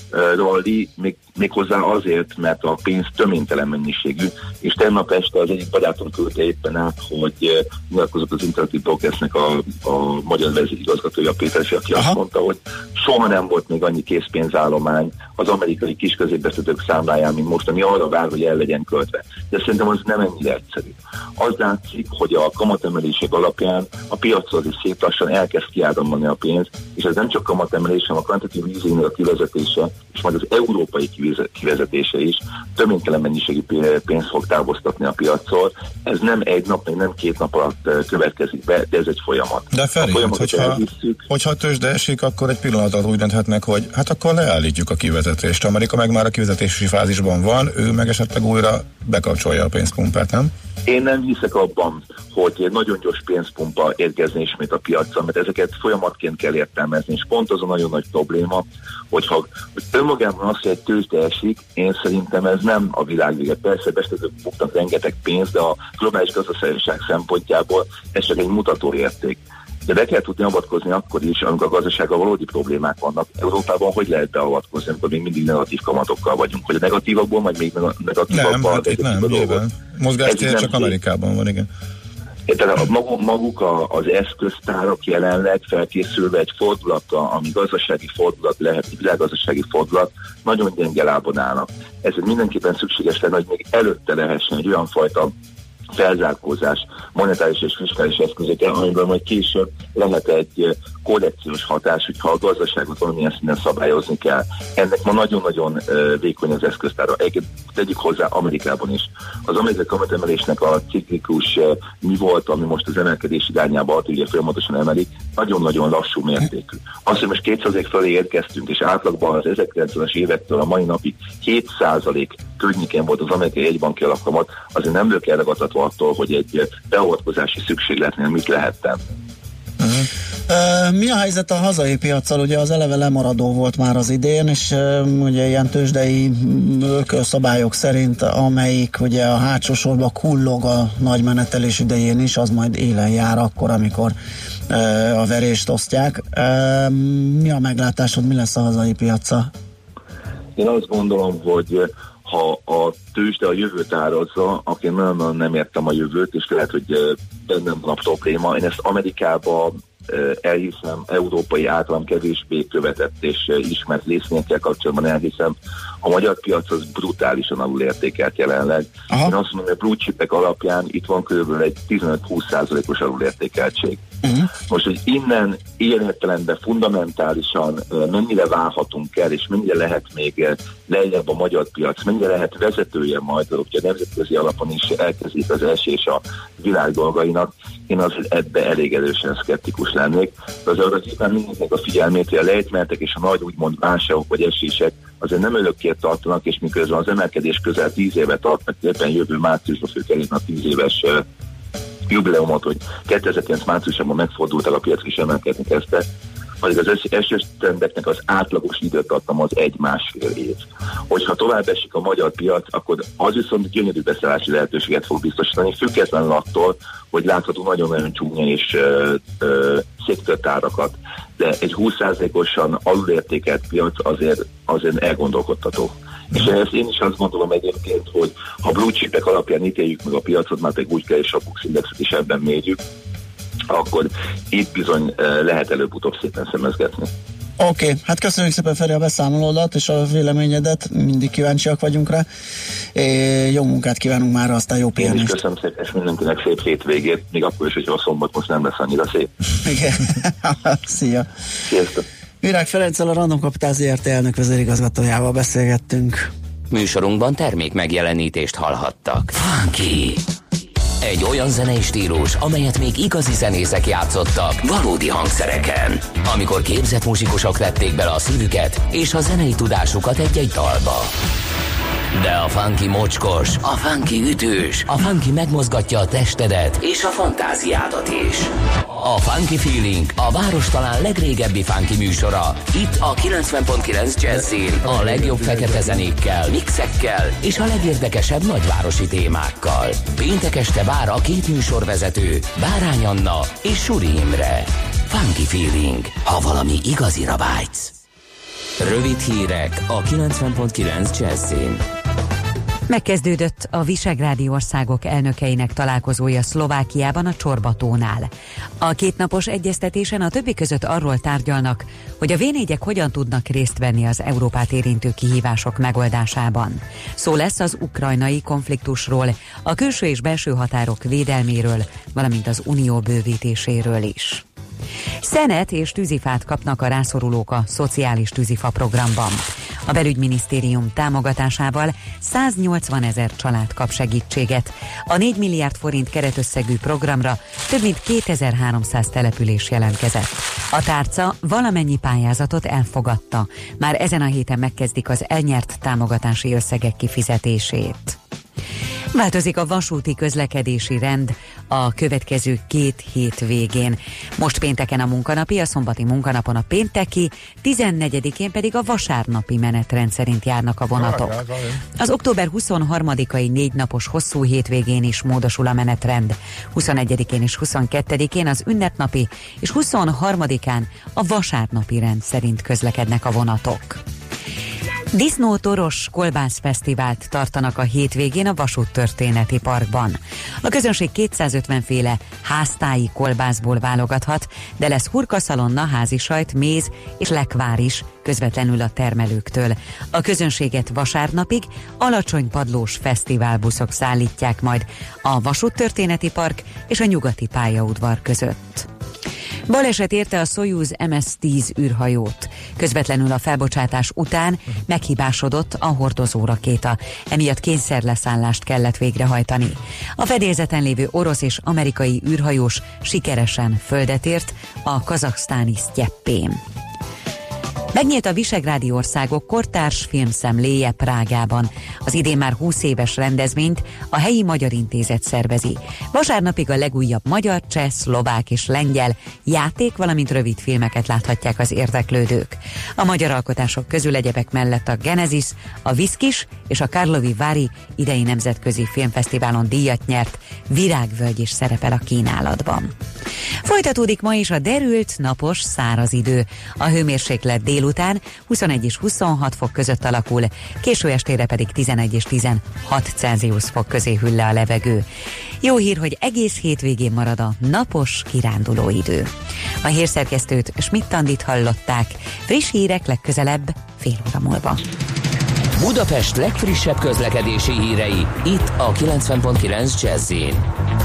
rally, méghozzá azért, mert a pénz töménytelen mennyiségű, és tegnap este az egyik barátom küldte éppen át, hogy nyilatkozott az Interactive Brokersnek a magyar vezérigazgatója, Péter, aki azt mondta, hogy soha nem volt még annyi készpénzállomány az amerikai kisközépbefektetők számláján, mint most, ami arra vár, hogy el legyen költve. De szerintem az nem ennyire egyszerű. Az látszik, hogy a kamatemelések alapján a piacról is szép lassan elkezd kiáramlani a pénz, és ez nem csak kamatemelés, hanem a quantitative easing a kivezetése, és majd az európai kivezetése is töménytelen mennyiségű pénzt fog távoztatni a piacról. Ez nem egy nap, még nem 2 nap alatt következik be, de ez egy folyamat.
De Feri, hogyha a tőzsde esik, akkor egy pillanat alatt úgy dönthetnek, hogy hát akkor leállítjuk a kivezetést. Amerika meg már a kivezetési fázisban van, ő meg esetleg újra bekapcsolja a pénzpumpát, nem?
Én nem hiszek abban, hogy egy nagyon gyors pénzpumpa érkezne ismét a piacra, mert ezeket folyamatként kell értelmezni, és pont az a nagyon nagy probléma, hogy önmagában az, hogy egy tőzsde esik, én szerintem ez nem a világvége. Persze befektetők buknak rengeteg pénzt, de a globális gazdaság szempontjából ez csak egy mutatóérték. De be kell tudni avatkozni akkor is, amikor a gazdasággal valódi problémák vannak. Európában hogy lehet beavatkozni, amikor még mindig negatív kamatokkal vagyunk? Hogy a negatívakból, majd még negatívakból?
Nem, hát itt nem, nyilván. Mozgástér csak Amerikában van, igen.
Tehát maguk az eszköztárak jelenleg felkészülve egy fordulatra, ami gazdasági fordulat lehet, egy világgazdasági fordulat, nagyon gyenge lábon állnak. Ez mindenképpen szükséges lenne, hogy még előtte lehessen egy olyan fajta felzárkózás monetáris és fiskális eszközökkel, amiből majd később lehet egy korrekciós hatás, hogyha a gazdaságot valamilyen szinten szabályozni kell. Ennek ma nagyon-nagyon vékony az eszköztára. Tegyük hozzá Amerikában is. Az amerikai kamatemelésnek a ciklikus mi volt, ami most az emelkedés irányába ugye folyamatosan emelik, nagyon-nagyon lassú mértékű. Azt, hogy most 2% fölé érkeztünk, és átlagban az 1990-es évektől a mai napig 7% környékén volt az amerikai jegybanki alapkamat, azért nem lők elragadtatva attól, hogy egy beavatkozási szükségletnél mit lehet tenni.
Mi a helyzet a hazai piaccal? Ugye az eleve lemaradó volt már az idén, és ugye ilyen tőzsdei szabályok szerint, amelyik ugye a hátsó sorba kullog a nagy menetelés idején is, az majd élen jár akkor, amikor a verést osztják. Mi a meglátásod, mi lesz a hazai piaccal?
Én azt gondolom, hogy ha a tőzsde a jövőt árazza, akkor én nagyon nem értem a jövőt, és lehet, hogy bennem van a probléma. Én ezt Amerikában elhiszem, európai általam kevésbé követett és ismert részvényekkel kapcsolatban elhiszem, a magyar piac az brutálisan alulértékelt jelenleg. Aha. Én azt mondom, hogy a blue chipek alapján itt van körülbelül egy 15-20%-os alulértékeltség. Most, hogy innen ilyen értelemben fundamentálisan mennyire válhatunk el, és mennyire lehet még lejjebb a magyar piac, mennyire lehet vezetője majd, hogy a nemzetközi alapon is elkezdik az esés a világ dolgainak, én az ebbe elég erősen szkeptikus lennék. De az arra éppen mindenkinek a figyelmét, hogy a lejtmenetek és a nagy úgymond válságok vagy esések azért nem örökké tartanak, és miközben az emelkedés közel 10 éve tart, mert éppen jövő márciusban fő elérni a 10 éves jubileumot, hogy 2009 márciusában megfordult el a piac, és emelkedni kezdte, addig az esős trendeknek az átlagos időtartam az 1-1,5 év. Hogyha tovább esik a magyar piac, akkor az viszont gyönyörű beszállási lehetőséget fog biztosítani, függetlenül attól, hogy látható nagyon-nagyon csúnya és széttört árakat, de egy 20%-osan alulértékelt piac azért elgondolkodtató. És ezt én is azt gondolom egyébként, hogy ha blue chipek alapján ítéljük meg a piacot, már pedig úgy kell, és a Bux Indexet is ebben mérjük, akkor itt bizony lehet előbb-utóbb szépen szemezgetni.
Oké, hát köszönjük szépen, Feri, a beszámolódat és a véleményedet, mindig kíváncsiak vagyunk rá. Jó munkát kívánunk már, aztán jó pihenést.
Én is köszönöm szépen, és mindenkinek szép hétvégét, még akkor is, hogyha a szombat most nem lesz annyira szép.
Igen, szia.
Sziasztok.
Virág Ferenccel, a Random Capital Zrt. Elnök vezérigazgatójával beszélgettünk.
Műsorunkban termék megjelenítést hallhattak. Funky! Egy olyan zenei stílus, amelyet még igazi zenészek játszottak valódi hangszereken. Amikor képzett muzsikusok vették bele a szívüket és a zenei tudásukat egy-egy dalba. De a funky mocskos, a funky ütős, a funky megmozgatja a testedet és a fantáziádat is. A Funky Feeling, a város talán legrégebbi funky műsora. Itt a 90.9 Jazzin a legjobb fekete zenékkel, mixekkel és a legérdekesebb nagyvárosi témákkal. Péntek este vár a két műsorvezető, Bárány Anna és Suri Imre. funky feeling, ha valami igazira vágysz. Rövid hírek a 90.9 Jazzin.
Megkezdődött a visegrádi országok elnökeinek találkozója Szlovákiában a Csorbatónál. A kétnapos egyeztetésen a többi között arról tárgyalnak, hogy a V4-ek hogyan tudnak részt venni az Európát érintő kihívások megoldásában. Szó lesz az ukrajnai konfliktusról, a külső és belső határok védelméről, valamint az unió bővítéséről is. Szenet és tűzifát kapnak a rászorulók a szociális tűzifa programban. A belügyminisztérium támogatásával 180 000 család kap segítséget. A 4 milliárd forint keretösszegű programra több mint 2300 település jelentkezett. A tárca valamennyi pályázatot elfogadta. Már ezen a héten megkezdik az elnyert támogatási összegek kifizetését. Változik a vasúti közlekedési rend a következő 2 hét végén. Most pénteken a munkanapi, a szombati munkanapon a pénteki, 14-én pedig a vasárnapi menetrend szerint járnak a vonatok. Az október 23-ai 4 napos hosszú hétvégén is módosul a menetrend. 21-én és 22-én az ünnepnapi és 23-án a vasárnapi rend szerint közlekednek a vonatok. Disznótoros kolbászfesztivált tartanak a hétvégén a Vasúttörténeti Parkban. A közönség 250 féle háztáji kolbászból válogathat, de lesz hurkaszalonna, házisajt, méz és lekvár is közvetlenül a termelőktől. A közönséget vasárnapig alacsony padlós fesztiválbuszok szállítják majd a Vasúttörténeti Park és a Nyugati pályaudvar között. Baleset érte a Szojuz MS-10 űrhajót. Közvetlenül a felbocsátás után meghibásodott a hordozó rakéta, emiatt kényszerleszállást kellett végrehajtani. A fedélzeten lévő orosz és amerikai űrhajós sikeresen földet ért a kazaksztáni Sztyeppén. Megnyílt a visegrádi országok kortárs filmszemléje Prágában. Az idén már 20 éves rendezvényt a helyi Magyar Intézet szervezi. Vasárnapig a legújabb magyar, cseh, szlovák és lengyel játék, valamint rövid filmeket láthatják az érdeklődők. A magyar alkotások közül egyebek mellett a Genesis, a Viszkis és a Karlovy Vary idei nemzetközi filmfesztiválon díjat nyert Virágvölgy is szerepel a kínálatban. Folytatódik ma is a derült, napos, száraz idő. A hőmérséklet délután 21 és 26 fok között alakul, késő estére pedig 11 és 16 Celsius fok közé hűl le a levegő. Jó hír, hogy egész hétvégén marad a napos, kiránduló idő. A hírszerkesztőt, Schmidt-Andit hallották. Friss hírek legközelebb fél óra múlva.
Budapest legfrissebb közlekedési hírei, itt a 90.9 Jazz-in.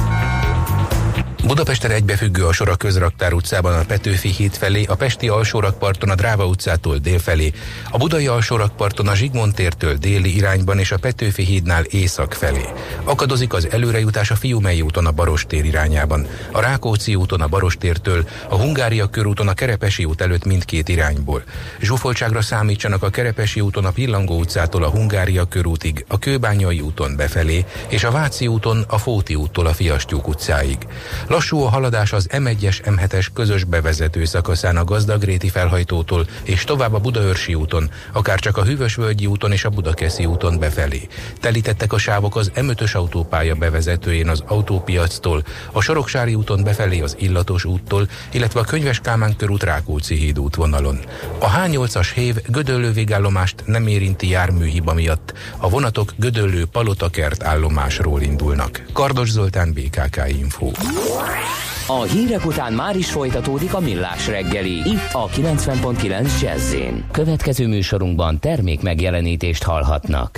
Budapesten egybefüggő a sor a Közraktár utcában a Petőfi híd felé, a pesti alsórakparton a Dráva utcától dél felé, a budai alsórakparton a Zsigmond tértől déli irányban és a Petőfi hídnál észak felé. Akadozik az előrejutás a Fiumei úton a Barostér irányában, a Rákóczi úton a Barostértől, a Hungária körúton a Kerepesi út előtt mindkét irányból. Zsúfoltságra számítsanak a Kerepesi úton a Pillangó utcától a Hungária körútig, a Kőbányai úton befelé és a Váci úton a Fóti úttól a Fiastyúk utcáig. Lassú a haladás az M1-es, M7-es közös bevezető szakaszán a Gazdagréti felhajtótól és tovább a Budaörsi úton, akár csak a Hűvösvölgyi úton és a Budakeszi úton befelé. Telítettek a sávok az M5-ös autópálya bevezetőjén az Autópiactól, a Soroksári úton befelé az Illatos úttól, illetve a Könyves Kálmán körút Rákóczi híd útvonalon. A H8-as hév Gödöllő végállomást nem érinti járműhiba miatt. A vonatok Gödöllő Palotakert állomásról indulnak. Kardos Zoltán, BKK Info.
A hírek után már is folytatódik a Millás reggeli, itt a 90.9 Jazz-én. Következő műsorunkban termék megjelenítést hallhatnak.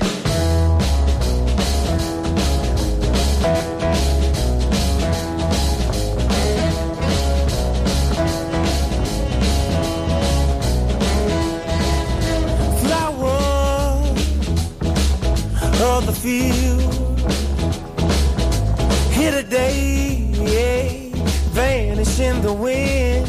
Flower of the field, here today, yeah, vanish in the wind.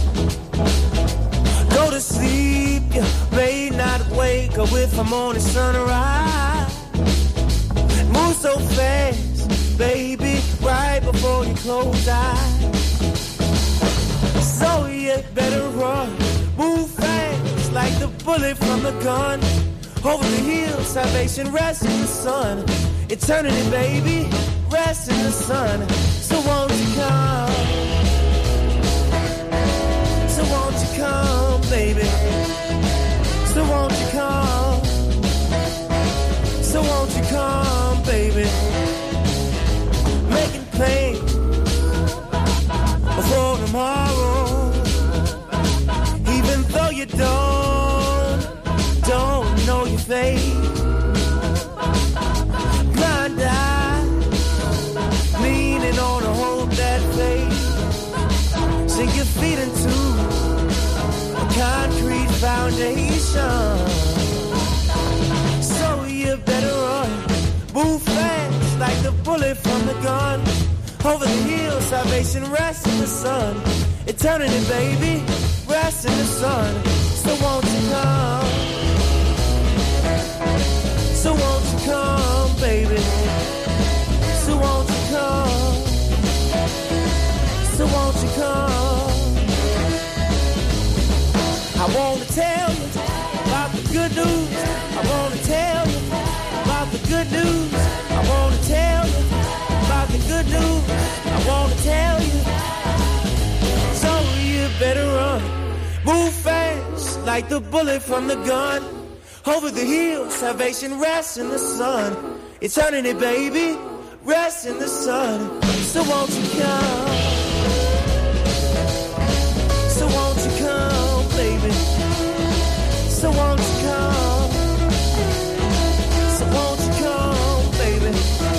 Go to sleep, you may not wake up with the morning sunrise. Move so fast, baby, right before you close eyes. So you better run, move fast like the bullet from the gun. Over the hill, salvation rests in the sun. Eternity, baby, rests in the sun. So won't you come? come, baby? So won't you come? So won't you come, baby? Making plans before tomorrow. Even though you don't know your fate. Blind eye, leaning on a hold that faith. Sink your feet into a concrete foundation. So you better run, move fast like the bullet from the gun. Over the hill, salvation rests in the sun. Eternity, baby, rests in the sun. So won't you come? So won't you come, baby? So won't you come? So won't you come? I want to tell you about the good news. I want to tell you about the good news. I want to tell you about the good news. I want to tell you. So you better run, move fast like the bullet from the gun. Over the hill, salvation rests in the sun. Eternity, baby, rests in the sun. So won't you come? So won't you come, baby? So won't you come? So won't you come, baby?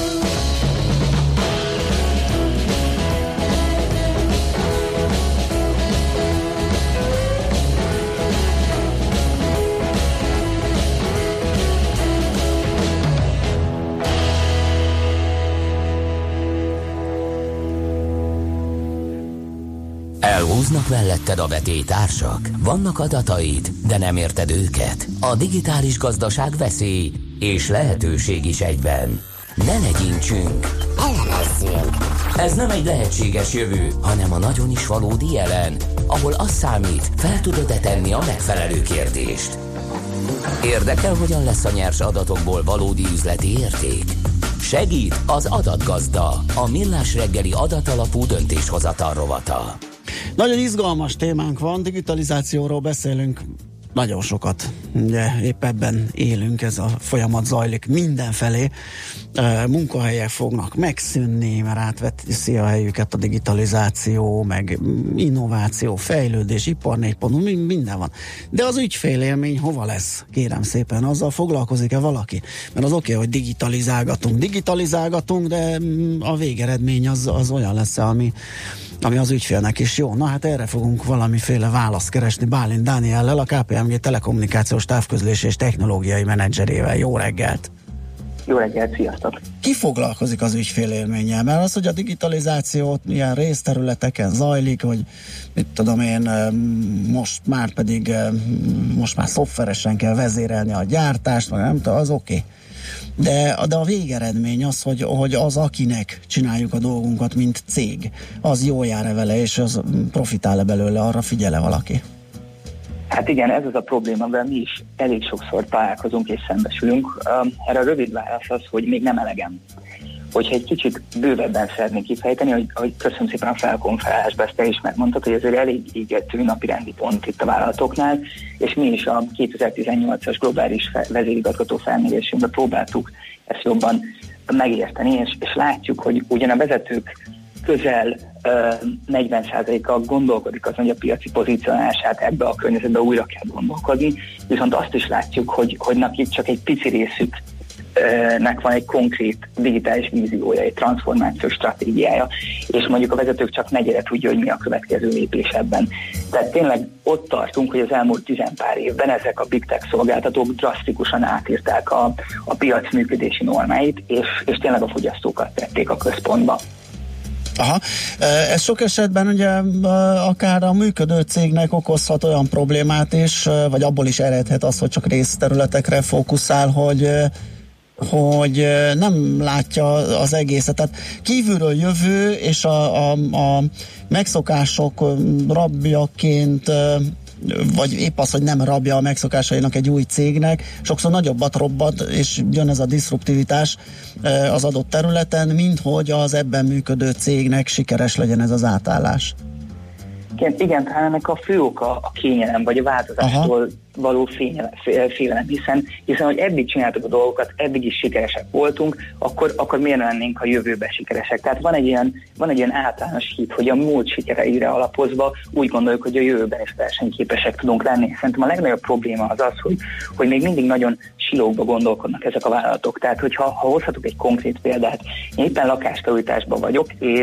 Elhúznak melletted a vetélytársak? Vannak adataid, de nem érted őket? A digitális gazdaság veszély és lehetőség is egyben. Ne legyintsünk! Elemezzünk! Ez nem egy lehetséges jövő, hanem a nagyon is valódi jelen, ahol az számít, fel tudod-e tenni a megfelelő kérdést. Érdekel, hogyan lesz a nyers adatokból valódi üzleti érték? Segít az adatgazda, a Millás reggeli adatalapú döntéshozatal rovata.
Nagyon izgalmas témánk van, digitalizációról beszélünk nagyon sokat. Ugye épp ebben élünk, ez a folyamat zajlik mindenfelé. Munkahelyek fognak megszűnni, mert átveszi a helyüket a digitalizáció, meg innováció, fejlődés, ipar 4.0, minden van. De az ügyfélélmény hova lesz? Kérem szépen, azzal foglalkozik-e valaki? Mert az oké, hogy digitalizálgatunk, de a végeredmény az olyan lesz, ami az ügyfélnek is jó. Na hát erre fogunk valamiféle választ keresni Bálint Dániellel, a KPMG telekommunikációs távközlés és technológiai menedzserével. Jó reggelt!
Jó reggelt, sziasztok!
Ki foglalkozik az ügyfélélménnyel? Mert az, hogy a digitalizáció ilyen részterületeken zajlik, hogy mit tudom én, most már szoftveresen kell vezérelni a gyártást, vagy nem tudom, az oké. De a végeredmény az, hogy az, akinek csináljuk a dolgunkat, mint cég, az jól jár-e vele, és az profitál-e belőle, arra figyel-e valaki?
Hát igen, ez az a probléma, amivel mi is elég sokszor találkozunk és szembesülünk. Erre a rövid válasz az, hogy még nem elegem. Hogyha egy kicsit bővebben szeretnék kifejteni, hogy köszönöm szépen a felkonferálásba, ezt te is megmondtad, hogy ezért elég égető napirendi pont itt a vállalatoknál, és mi is a 2018-as globális vezérigazgató felmérésünkben próbáltuk ezt jobban megérteni, és látjuk, hogy ugyan a vezetők közel 40%-a gondolkodik azon, hogy a piaci pozícionálását ebbe a környezetbe újra kell gondolkodni, viszont azt is látjuk, hogy nekik csak egy pici részüknek van egy konkrét digitális víziója, egy transformációs stratégiája, és mondjuk a vezetők csak negyede tudja, hogy mi a következő lépés ebben. Tehát tényleg ott tartunk, hogy az elmúlt 10 pár évben ezek a big tech szolgáltatók drasztikusan átírták a piac működési normáit, és tényleg a fogyasztókat tették a központba.
Aha. Ez sok esetben ugye akár a működő cégnek okozhat olyan problémát is, vagy abból is eredhet az, hogy csak részterületekre fókuszál, hogy nem látja az egészet. Tehát kívülről jövő, és a megszokások rabjaként, vagy épp az, hogy nem rabja a megszokásainak egy új cégnek, sokszor nagyobbat robbat, és jön ez a diszruptivitás az adott területen, mint hogy az ebben működő cégnek sikeres legyen ez az átállás.
Igen, talán ennek a fő oka a kényelem, vagy a változástól való félelem, hiszen hogy eddig csináltuk a dolgokat, eddig is sikeresek voltunk, akkor miért lennénk a jövőben sikeresek? Tehát van egy ilyen általános hit, hogy a múlt sikereire alapozva úgy gondoljuk, hogy a jövőben is versenyképesek tudunk lenni. Szerintem a legnagyobb probléma az az, hogy még mindig nagyon silókba gondolkodnak ezek a vállalatok. Tehát, hogyha hozhatok egy konkrét példát, én éppen lakásfelújításban vagyok,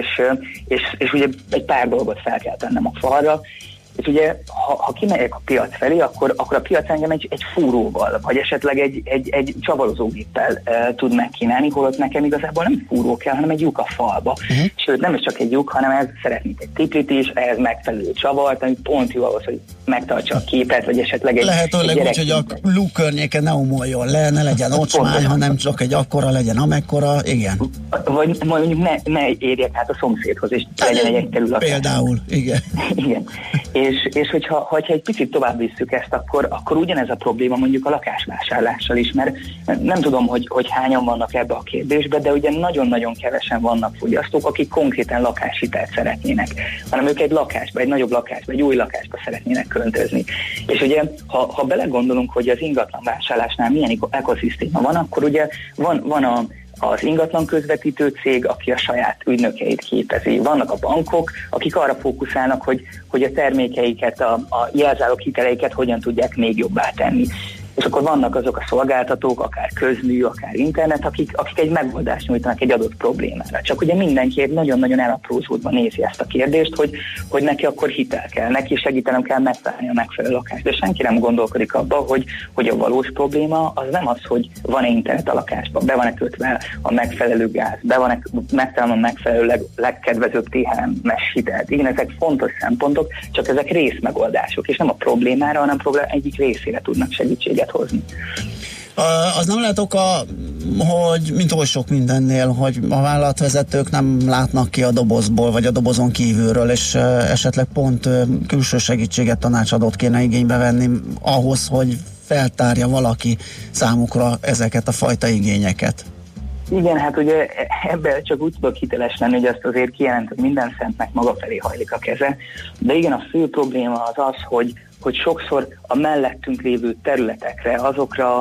és ugye egy pár dolgot fel kell tennem a falra, és ugye, ha kimegyek a piac felé, akkor a piac engem egy fúróval, vagy esetleg egy csavarozógéppel tud megkínálni, holott nekem igazából nem fúró kell, hanem egy lyuk a falba. Sőt, nem is csak egy lyuk, hanem ez szeretnék egy tiplit is, ehhez megfelelő csavart, ami pont jó ahhoz, hogy megtartsa a képet, vagy esetleg egy
lehetőleg úgy, hogy a lyuk környéke ne omoljon le, ne legyen ocsmány, hanem csak egy akkora legyen, amekkora, igen.
Vagy mondjuk ne érjek át a szomszédhoz, és legyen egy terület.
Például, igen.
Igen. És hogyha egy picit tovább visszük ezt, akkor ugyanez a probléma mondjuk a lakásvásárlással is, mert nem tudom, hogy hányan vannak ebbe a kérdésbe, de ugye nagyon-nagyon kevesen vannak fogyasztók, akik konkrétan lakáshitelt szeretnének, hanem ők egy lakásba, egy nagyobb lakásba, egy új lakásba szeretnének költözni. És ugye, ha belegondolunk, hogy az ingatlan vásárlásnál milyen ekoszisztéma van, akkor ugye van az ingatlan közvetítő cég, aki a saját ügynökeit képezi. Vannak a bankok, akik arra fókuszálnak, hogy a termékeiket, a jelzálog hiteleiket hogyan tudják még jobbá tenni. És akkor vannak azok a szolgáltatók, akár közmű, akár internet, akik egy megoldást nyújtanak egy adott problémára. Csak ugye mindenki nagyon-nagyon elaprózódva nézi ezt a kérdést, hogy neki akkor hitel kell, neki segítenem kell megtalálni a megfelelő lakást. De senki nem gondolkodik abba, hogy a valós probléma az nem az, hogy van-e internet a lakásban, be van-e kötve a megfelelő gáz, megtalálom a megfelelő legkedvezőbb THM-es hitelt. Igen, ezek fontos szempontok, csak ezek részmegoldások, és nem a problémára, hanem a probléma egyik részére tudnak segítséget hozni.
Az nem lehet oka, hogy mint oly sok mindennél, hogy a vállalatvezetők nem látnak ki a dobozból, vagy a dobozon kívülről, és esetleg pont külső segítséget, tanácsadót kéne igénybe venni ahhoz, hogy feltárja valaki számukra ezeket a fajta igényeket.
Igen, hát ugye ebben csak úgy tudok hiteles lenni, hogy azt azért kijelent, hogy minden szentnek maga felé hajlik a keze. De igen, a fő probléma az, hogy sokszor a mellettünk lévő területekre, azokra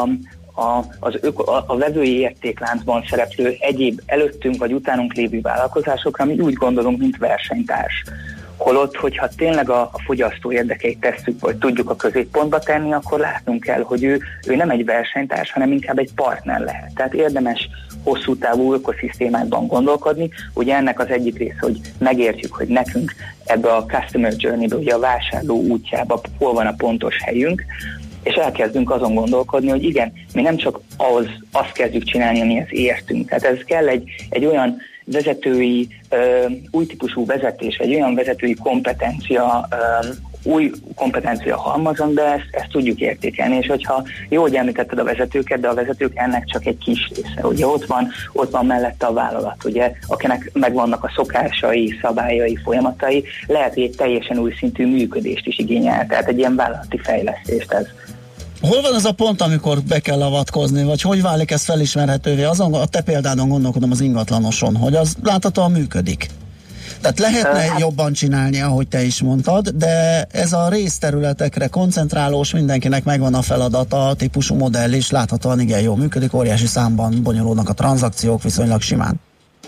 a vevői értékláncban szereplő egyéb előttünk vagy utánunk lévő vállalkozásokra mi úgy gondolunk, mint versenytárs. Holott, hogyha tényleg a fogyasztó érdekeit tesszük, vagy tudjuk a középpontba tenni, akkor látnunk kell, hogy ő nem egy versenytárs, hanem inkább egy partner lehet. Tehát érdemes hosszú távú ökoszisztémákban gondolkodni. Ugye ennek az egyik része, hogy megértjük, hogy nekünk ebbe a customer journey-be, ugye a vásárló útjába hol van a pontos helyünk, és elkezdünk azon gondolkodni, hogy igen, mi nem csak azt kezdjük csinálni, amihez értünk. Tehát ez kell egy olyan vezetői, új típusú vezetés, egy olyan vezetői kompetencia, új kompetencia halmazon, de ezt tudjuk értékelni, és hogyha jó, hogy említetted a vezetőket, de a vezetők ennek csak egy kis része. Ugye ott van mellette a vállalat, ugye, akinek megvannak a szokásai, szabályai, folyamatai, lehet, hogy egy teljesen új szintű működést is igényel, tehát egy ilyen vállalati fejlesztést ez.
Hol van az a pont, amikor be kell avatkozni, vagy hogy válik ez felismerhetővé? Azon a te példádon gondolkodom az ingatlanoson, hogy az láthatóan működik. Tehát lehetne jobban csinálni, ahogy te is mondtad, de ez a részterületekre koncentrálós, mindenkinek megvan a feladata, a típusú modell is láthatóan igen jól működik, óriási számban bonyolódnak a tranzakciók viszonylag simán.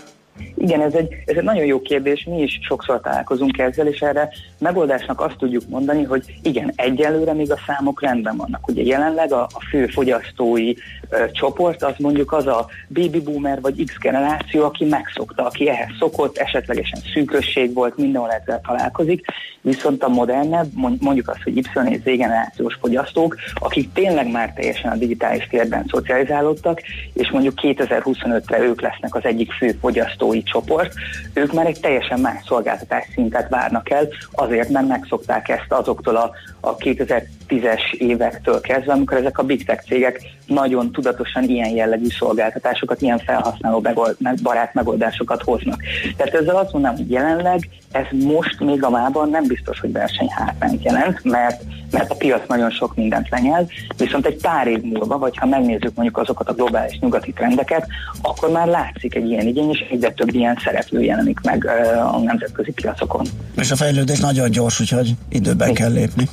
Igen, ez egy nagyon jó kérdés, mi is sokszor találkozunk ezzel, és erre megoldásnak azt tudjuk mondani, hogy igen, egyelőre még a számok rendben vannak. Ugye jelenleg a fő fogyasztói csoport az mondjuk az a baby boomer vagy X generáció, aki megszokta, aki ehhez szokott, esetlegesen szűkösség volt, mindenhol ezzel találkozik, viszont a modernebb, mondjuk azt, hogy Y és Z generációs fogyasztók, akik tényleg már teljesen a digitális térben szocializálódtak, és mondjuk 2025-re ők lesznek az egyik fő fogyasztói csoport, ők már egy teljesen más szolgáltatás szintet várnak el, azért, mert megszokták ezt azoktól a 2010-es évektől kezdve, amikor ezek a big tech cégek nagyon tudatosan ilyen jellegű szolgáltatásokat, ilyen felhasználó barát megoldásokat hoznak. Tehát ezzel azt mondom, hogy jelenleg ez most még a mában nem biztos, hogy versenyhátrányt jelent, mert a piac nagyon sok mindent lenyel, viszont egy pár év múlva, vagy ha megnézzük mondjuk azokat a globális nyugati trendeket, akkor már látszik egy ilyen igény, és egyre több ilyen szereplő jelenik meg a nemzetközi piacokon.
És a fejlődés nagyon gyors, úgyhogy időben kell lépni.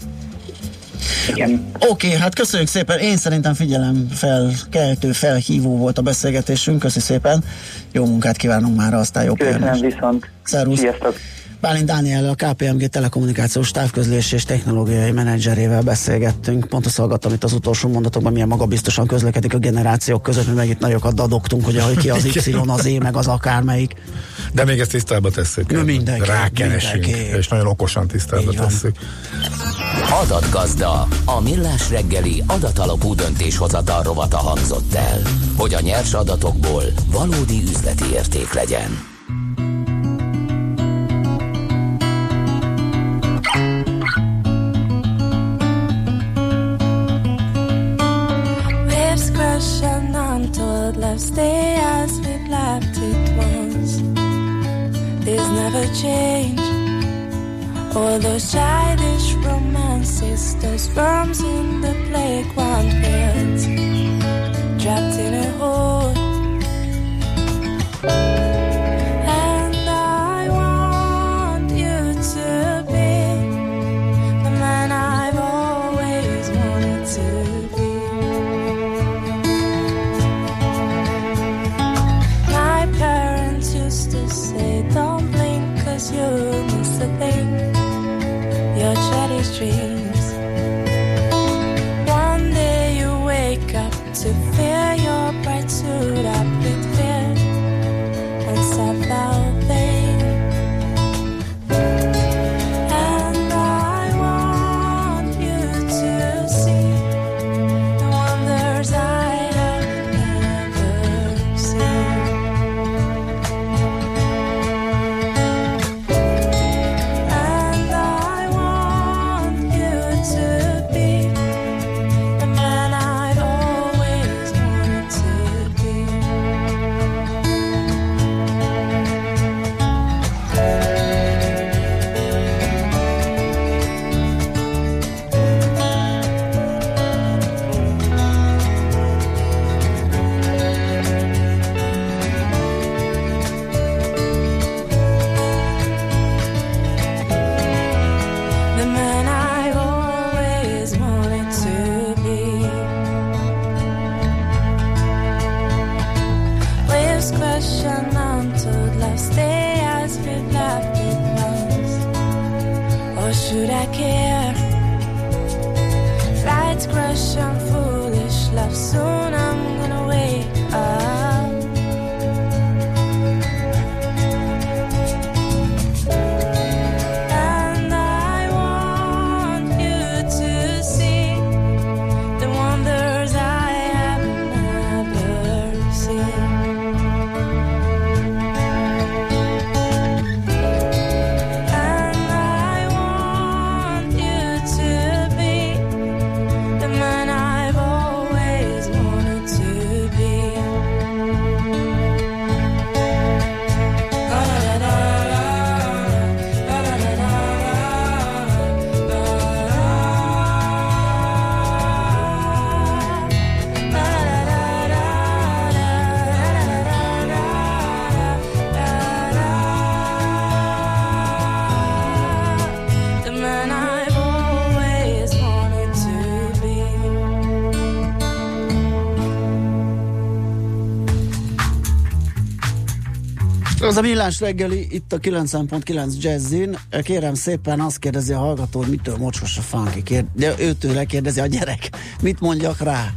Igen.
Oké, hát köszönjük szépen. Én szerintem figyelemfelkeltő, felhívó volt a beszélgetésünk. Köszi szépen. Jó munkát kívánunk már, aztán jó pihenést.
Köszönöm viszont.
Szervusz.
Sziasztok.
Bálint Dániellel, a KPMG telekommunikációs távközlés és technológiai menedzserével beszélgettünk. Pont azt hallgattam itt az utolsó mondatokban, milyen magabiztosan közlekedik a generációk között, mi meg itt nagyokat dadogtunk, hogy ki az Y, az E, meg az akármelyik.
De még ezt tisztába tesszük.
Mindenki.
Rákeresünk, és nagyon okosan tisztába tesszük.
Adatgazda, a Millás reggeli adatalapú döntéshozatal rovata hangzott el, hogy a nyers adatokból valódi üzleti érték legyen.
Untold love stay as we've left it once. There's never change. All those childish romances, those worms in the playground fields, trapped in a hole. And I want you to be the man I've always wanted to be. To say don't blink 'cause you'll miss a thing, your cherished dreams. One day you wake up to fear your bright suit up with fear and self-doubting. And I want you to see the wonders I have never seen. Should I care? Flights crash on foolish love. Soon I'm gonna wake up. And I want you to see the wonders I have never seen.
Az a Millás reggeli, itt a 90.9 Jazzin. Kérem szépen, azt kérdezi a hallgató, hogy mitől mocskos a funky. De őtőle kérdezi a gyerek, mit mondjak rá?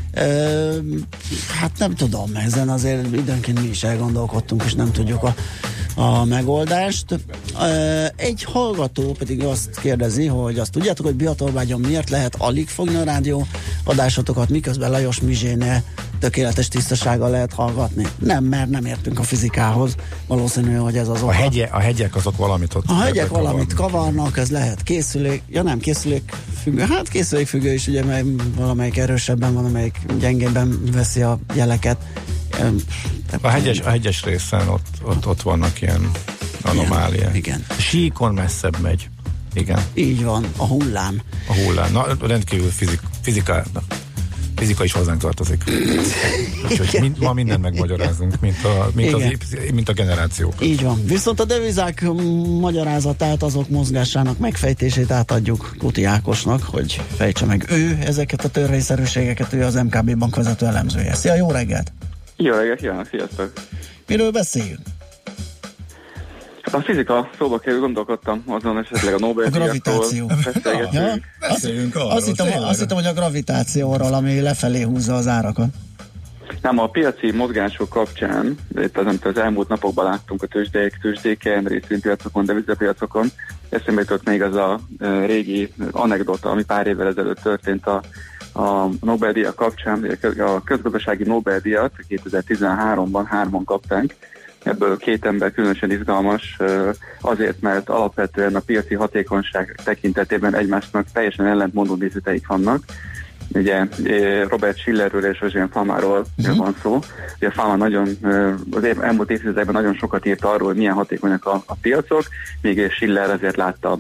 Hát nem tudom, ezen azért időnként mi is elgondolkodtunk, és nem tudjuk a megoldást. Egy hallgató pedig azt kérdezi, hogy azt tudjátok, hogy Bihatorbágyon miért lehet alig fogni a rádió adásotokat, miközben Lajos Mizsénél tökéletes tisztasággal lehet hallgatni? Nem, mert nem értünk a fizikához. Valószínű, hogy ez az oka.
A hegyek azok valamit ott.
A hegyek valamit kavarnak, ez lehet készülék, nem készülék függő, hát készülék függő is, ugye, mert valamelyik erősebben van, amelyik gyengébben veszi a jeleket.
A hegyes részen ott vannak ilyen anomáliák.
Igen.
Síkon messzebb megy. Igen.
Így van, a hullám.
A hullám. Na, rendkívül fizika is hozzánk tartozik. Úgyhogy ma mindent megmagyarázunk, mint a generációk.
Így van. Viszont a devizák magyarázatát, azok mozgásának megfejtését átadjuk Kuti Ákosnak, hogy fejtse meg ő ezeket a törvényszerűségeket, ő az MKB bankvezető elemzője. Szia, jó reggelt!
Jó reggelt, kívánok, sziasztok!
Miről beszéljünk?
Hát a fizika szóba kerül, gondolkodtam azon esetleg a Nobel-díjaktól.
A gravitáció.
Beszéljünk arról.
Azt hittem, hogy a gravitációról, ami lefelé húzza az árakat.
Nem, a piaci mozgások kapcsán, itt az elmúlt napokban láttunk a tőzsdéken, részvénypiacokon, devizapiacokon, eszembe jutott még az a régi anekdota, ami pár évvel ezelőtt történt a Nobel-díjak kapcsán. A közgazdasági Nobel-díjat 2013-ban 3-an kapták, ebből 2 ember különösen izgalmas, azért, mert alapvetően a piaci hatékonyság tekintetében egymásnak teljesen ellentmondó nézeteik vannak. Ugye Robert Schillerről és Eugene Famaról van szó. Ugye Fama az elmúlt évtizedekben nagyon sokat írt arról, hogy milyen hatékonyak a piacok, míg Schiller azért látta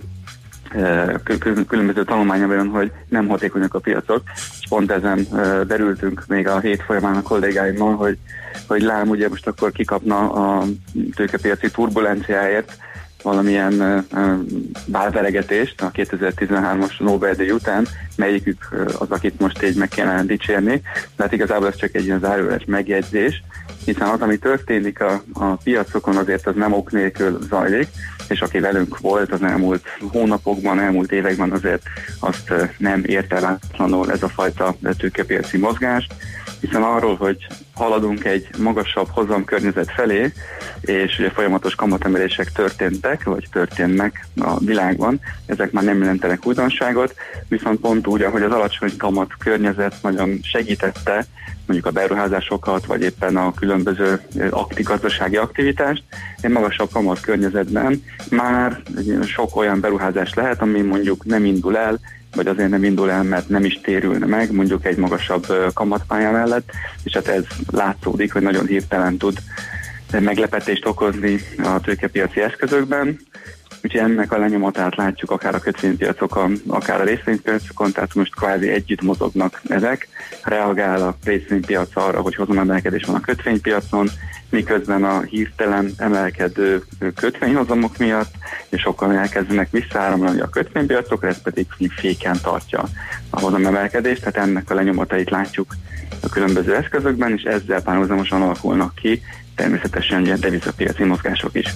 különböző tanulmányában, hogy nem hatékonyak a piacok, és pont ezen derültünk még a hét folyamán a kollégáimmal, hogy lám ugye most akkor kikapna a tőkepiaci turbulenciáért valamilyen bálveregetést a 2013-as Nobel-díj után, melyikük az, akit most így meg kellene dicsérni, de hát igazából ez csak egy ilyen zárójeles megjegyzés, hiszen az, ami történik a piacokon, azért az nem ok nélkül zajlik, és aki velünk volt az elmúlt hónapokban, elmúlt években, azért azt nem érte látlanul ez a fajta tőkepiaci mozgás, hiszen arról, hogy haladunk egy magasabb hozamkörnyezet felé, és ugye folyamatos kamatemelések történtek, vagy történnek a világban, ezek már nem jelentenek újdonságot, viszont pont úgy, ahogy az alacsony kamat környezet nagyon segítette mondjuk a beruházásokat, vagy éppen a különböző gazdasági aktivitást, egy magasabb kamat környezetben már sok olyan beruházás lehet, ami mondjuk nem indul el, vagy azért nem indul el, mert nem is térülne meg, mondjuk egy magasabb kamatpálya mellett, és hát ez látszódik, hogy nagyon hirtelen tud meglepetést okozni a tőkepiaci eszközökben. Úgyhogy ennek a lenyomatát látjuk akár a kötvénypiacokon, akár a részvénypiacokon, tehát most kvázi együtt mozognak ezek. Reagál a részvénypiac arra, hogy hozamemelkedés van a kötvénypiacon, miközben a hirtelen emelkedő kötvényhozamok miatt, és sokkal elkezdenek visszaáramlani a kötvénypiacokra, ez pedig féken tartja a hozamemelkedést, tehát ennek a lenyomatait látjuk a különböző eszközökben, és ezzel párhuzamosan alakulnak ki természetesen ilyen devizapiaci mozgások is.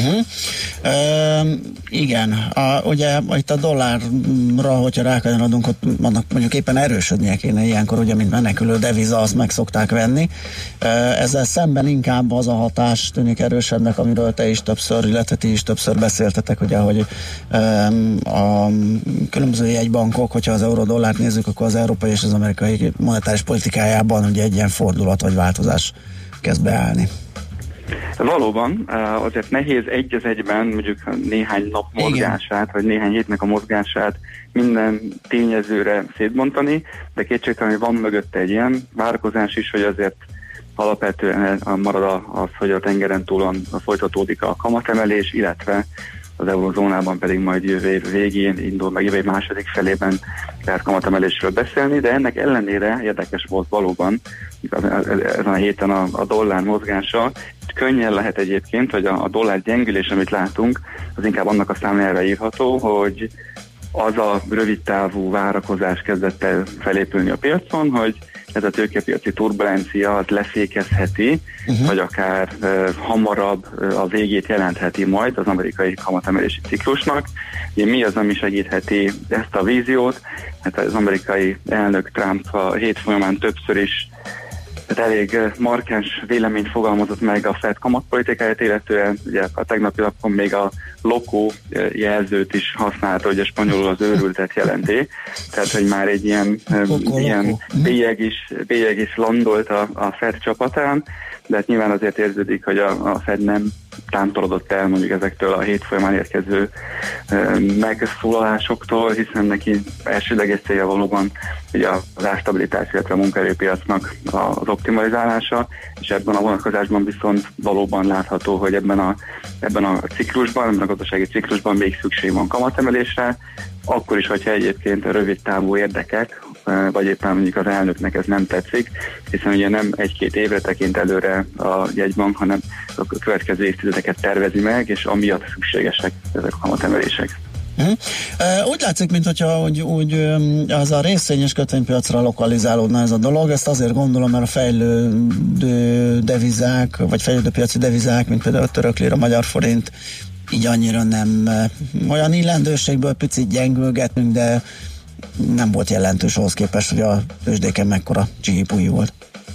Igen, ugye itt a dollárra, hogyha rákanyarodunk, ott annak mondjuk éppen erősödnie kéne ilyenkor, ugye, mint menekülő deviza, azt meg szokták venni. Ezzel szemben inkább az a hatás tűnik erősebbnek, amiről te is többször, illetve ti is többször beszéltetek, ugye, hogy a különböző jegybankok, hogyha az euró-dollárt nézzük, akkor az európai és az amerikai monetáris politikájában ugye egy ilyen fordulat vagy változás kezd beállni.
Valóban, azért nehéz egy az egyben mondjuk néhány nap mozgását, vagy néhány hétnek a mozgását minden tényezőre szétbontani, de kétségtelen, hogy van mögötte egy ilyen várakozás is, hogy azért alapvetően marad az, hogy a tengeren túlon folytatódik a kamatemelés, illetve az eurozónában pedig majd jövő év végén indul, meg jövő év második felében lehet kamatemelésről beszélni, de ennek ellenére érdekes volt valóban ezen a héten a dollár mozgása. Könnyen lehet egyébként, hogy a dollár gyengülés, amit látunk, az inkább annak a számlájára írható, hogy az a rövidtávú várakozás kezdett el felépülni a piacon, hogy ez a tőkepiaci turbulencia az lefékezheti, vagy akár hamarabb a végét jelentheti majd az amerikai kamatemelési ciklusnak. Mi az, ami segítheti ezt a víziót? Hát az amerikai elnök Trump a hét folyamán többször is elég markáns véleményt fogalmazott meg a Fed kamatpolitikáját, illetően ugye a tegnapi lapon még a LOCO jelzőt is használta, hogy a spanyolul az őrültet jelenti. Tehát, hogy már egy ilyen bélyeg is landolt a Fed csapatán, de hát nyilván azért érződik, hogy a Fed nem tántolódott el mondjuk ezektől a hét folyamán érkező megszólalásoktól, hiszen neki elsődleges célja valóban ugye az árstabilitás, illetve a munkaerőpiacnak az optimalizálása, és ebben a vonatkozásban viszont valóban látható, hogy ebben a ciklusban, ebben a gazdasági ciklusban még szükség van kamatemelésre, akkor is, hogyha egyébként a rövid távú érdekek vagy éppen mondjuk az elnöknek ez nem tetszik, hiszen ugye nem 1-2 évre tekint előre a jegybank, hanem a következő évtizedeket tervezi meg, és amiatt szükségesek ezek a kamatemelések.
Úgy látszik, mintha úgy az a részvényes kötvénypiacra lokalizálódna ez a dolog. Ezt azért gondolom, mert a fejlődő devizák, vagy fejlődő piaci devizák, mint például a török lira, magyar forint, így annyira nem olyan illendőségből picit gyengülgetünk, de nem volt jelentős ahhoz képest, hogy a tőzsdéken mekkora csihipúj volt.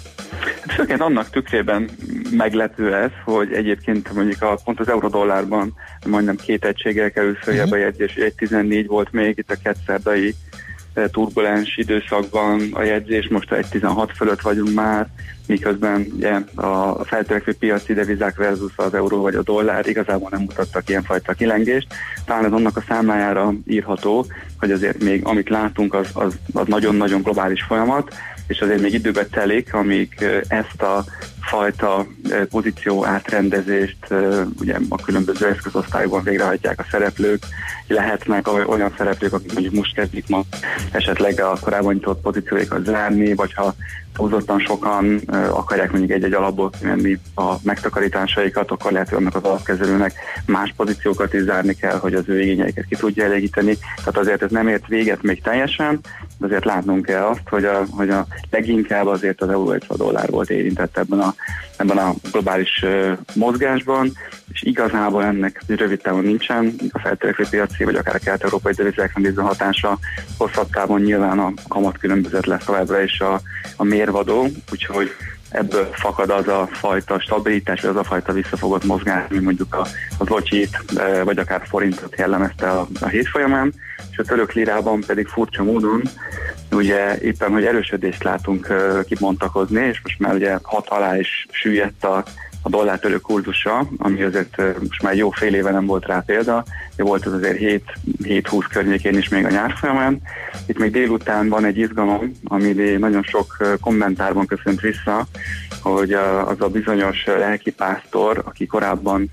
Főként annak tükrében meglepő ez, hogy egyébként mondjuk pont az euró-dollárban majdnem 2 egységgel kerül följebb a jegyzés, 1,14 volt még itt a kettszerdai turbulens időszakban a jegyzés, most 1,16 fölött vagyunk már, miközben ugye, a feltörekvő piaci devizák versus az euró vagy a dollár igazából nem mutattak ilyenfajta kilengést. Talán ez annak a számlájára írható, hogy azért még amit látunk, az nagyon-nagyon globális folyamat, és azért még időbe telik, amíg ezt a fajta pozíció átrendezést ugye a különböző eszközosztályokban végrehajtják a szereplők, lehetnek olyan szereplők, akik mondjuk most kezdik ma esetleg a korábban nyitott pozícióikat zárni, vagy ha túlzottan sokan akarják mondjuk egy-egy alapból kimenni a megtakarításaikat, akkor lehet, hogy annak az alapkezelőnek más pozíciókat is zárni kell, hogy az ő igényeiket ki tudja elégíteni. Tehát azért ez nem ért véget még teljesen, de azért látnunk kell azt, hogy a leginkább azért az euró és a dollár volt érintett ebben a globális mozgásban, és igazából ennek rövid távon nincsen a feltörekvő piaci, vagy akár a kelet-európai devizákra néző hatása. Hosszabb távon nyilván a kamat különbözet lesz továbbra is a mérvadó, úgyhogy ebből fakad az a fajta stabilitás, vagy az a fajta visszafogott mozgás, ami mondjuk az zlotyit, vagy akár forintot jellemezte a hét folyamán, és a török lirában pedig furcsa módon ugye éppen, hogy erősödést látunk kibontakozni, és most már ugye 6 alá is süllyedt a dollár-török kurzusa, ami azért most már jó fél éve nem volt rá példa, de volt az azért 7-20 környékén is még a nyár folyamán. Itt még délután van egy izgalom, ami nagyon sok kommentárban köszönt vissza, hogy az a bizonyos lelkipásztor, aki korábban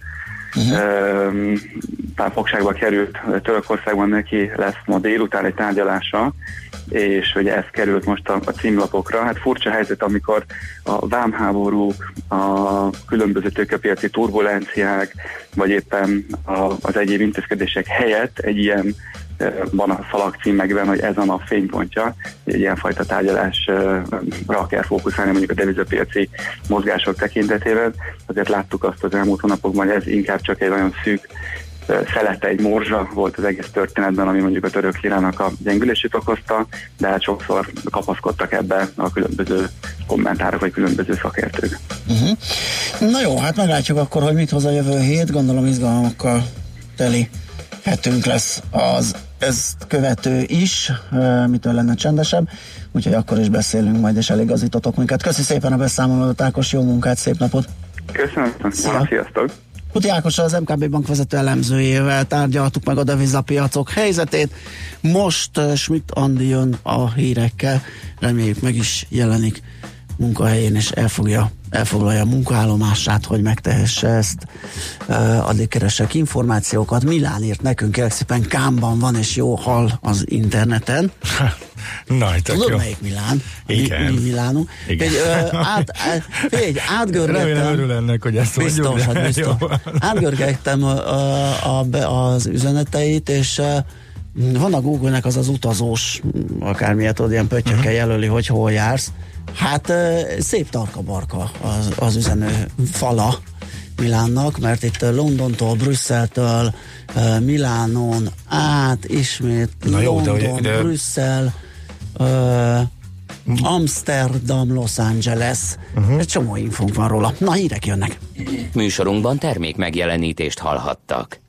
fogságba került Törökországban, neki lesz ma délután egy tárgyalása, és ugye ez került most a címlapokra. Hát furcsa helyzet, amikor a vámháborúk, a különböző tőkepiaci turbulenciák, vagy éppen az egyéb intézkedések helyett egy ilyen van a szalagcímekben, hogy ez a nap fénypontja, egy ilyenfajta tárgyalásra kell fókuszálni mondjuk a devizapiaci mozgások tekintetében. Azért láttuk azt az elmúlt hónapokban, hogy ez inkább csak egy nagyon szűk szelete, egy morzsa volt az egész történetben, ami mondjuk a török lirának a gyengülését okozta, de hát sokszor kapaszkodtak ebbe a különböző kommentárok, vagy különböző szakértők.
Na jó, hát meglátjuk akkor, hogy mit hoz a jövő hét, gondolom izgalmakkal teli hetünk lesz az ezt követő is, mitől lenne csendesebb, úgyhogy akkor is beszélünk majd, és eligazítotok minket. Köszi szépen a beszámolót, Ákos, jó munkát, szép napot!
Köszönöm, sziasztok!
Kuti Ákossal, az MKB Bank vezető elemzőjével tárgyaltuk meg a devizapiacok helyzetét. Most Schmidt Andi jön a hírekkel, reméljük meg is jelenik munkahelyén, és elfoglalja a munkaállomását, hogy megtehesse ezt. Addig keresek információkat. Milán írt nekünk, kérlek szépen, Kámban van, és jó hall az interneten.
Na,
tudod,
jó.
melyik Milán?
Igen.
Mi Milánó? Átgörgettem.
Remélem örül ennek, hogy ezt mondjuk.
Biztos. Átgörgettem az üzeneteit, és van a Google-nek az utazós, akármilyet ott ilyen pöttyökkel jelöli, hogy hol jársz. Hát szép tarka-barka az üzenő fala Milánnak, mert itt Londontól, Brüsszeltől, Milánon át, ismét London, Brüsszel, Amsterdam, Los Angeles. Egy csomó infónk van róla. Na, hírek jönnek.
Műsorunkban termék megjelenítést hallhattak.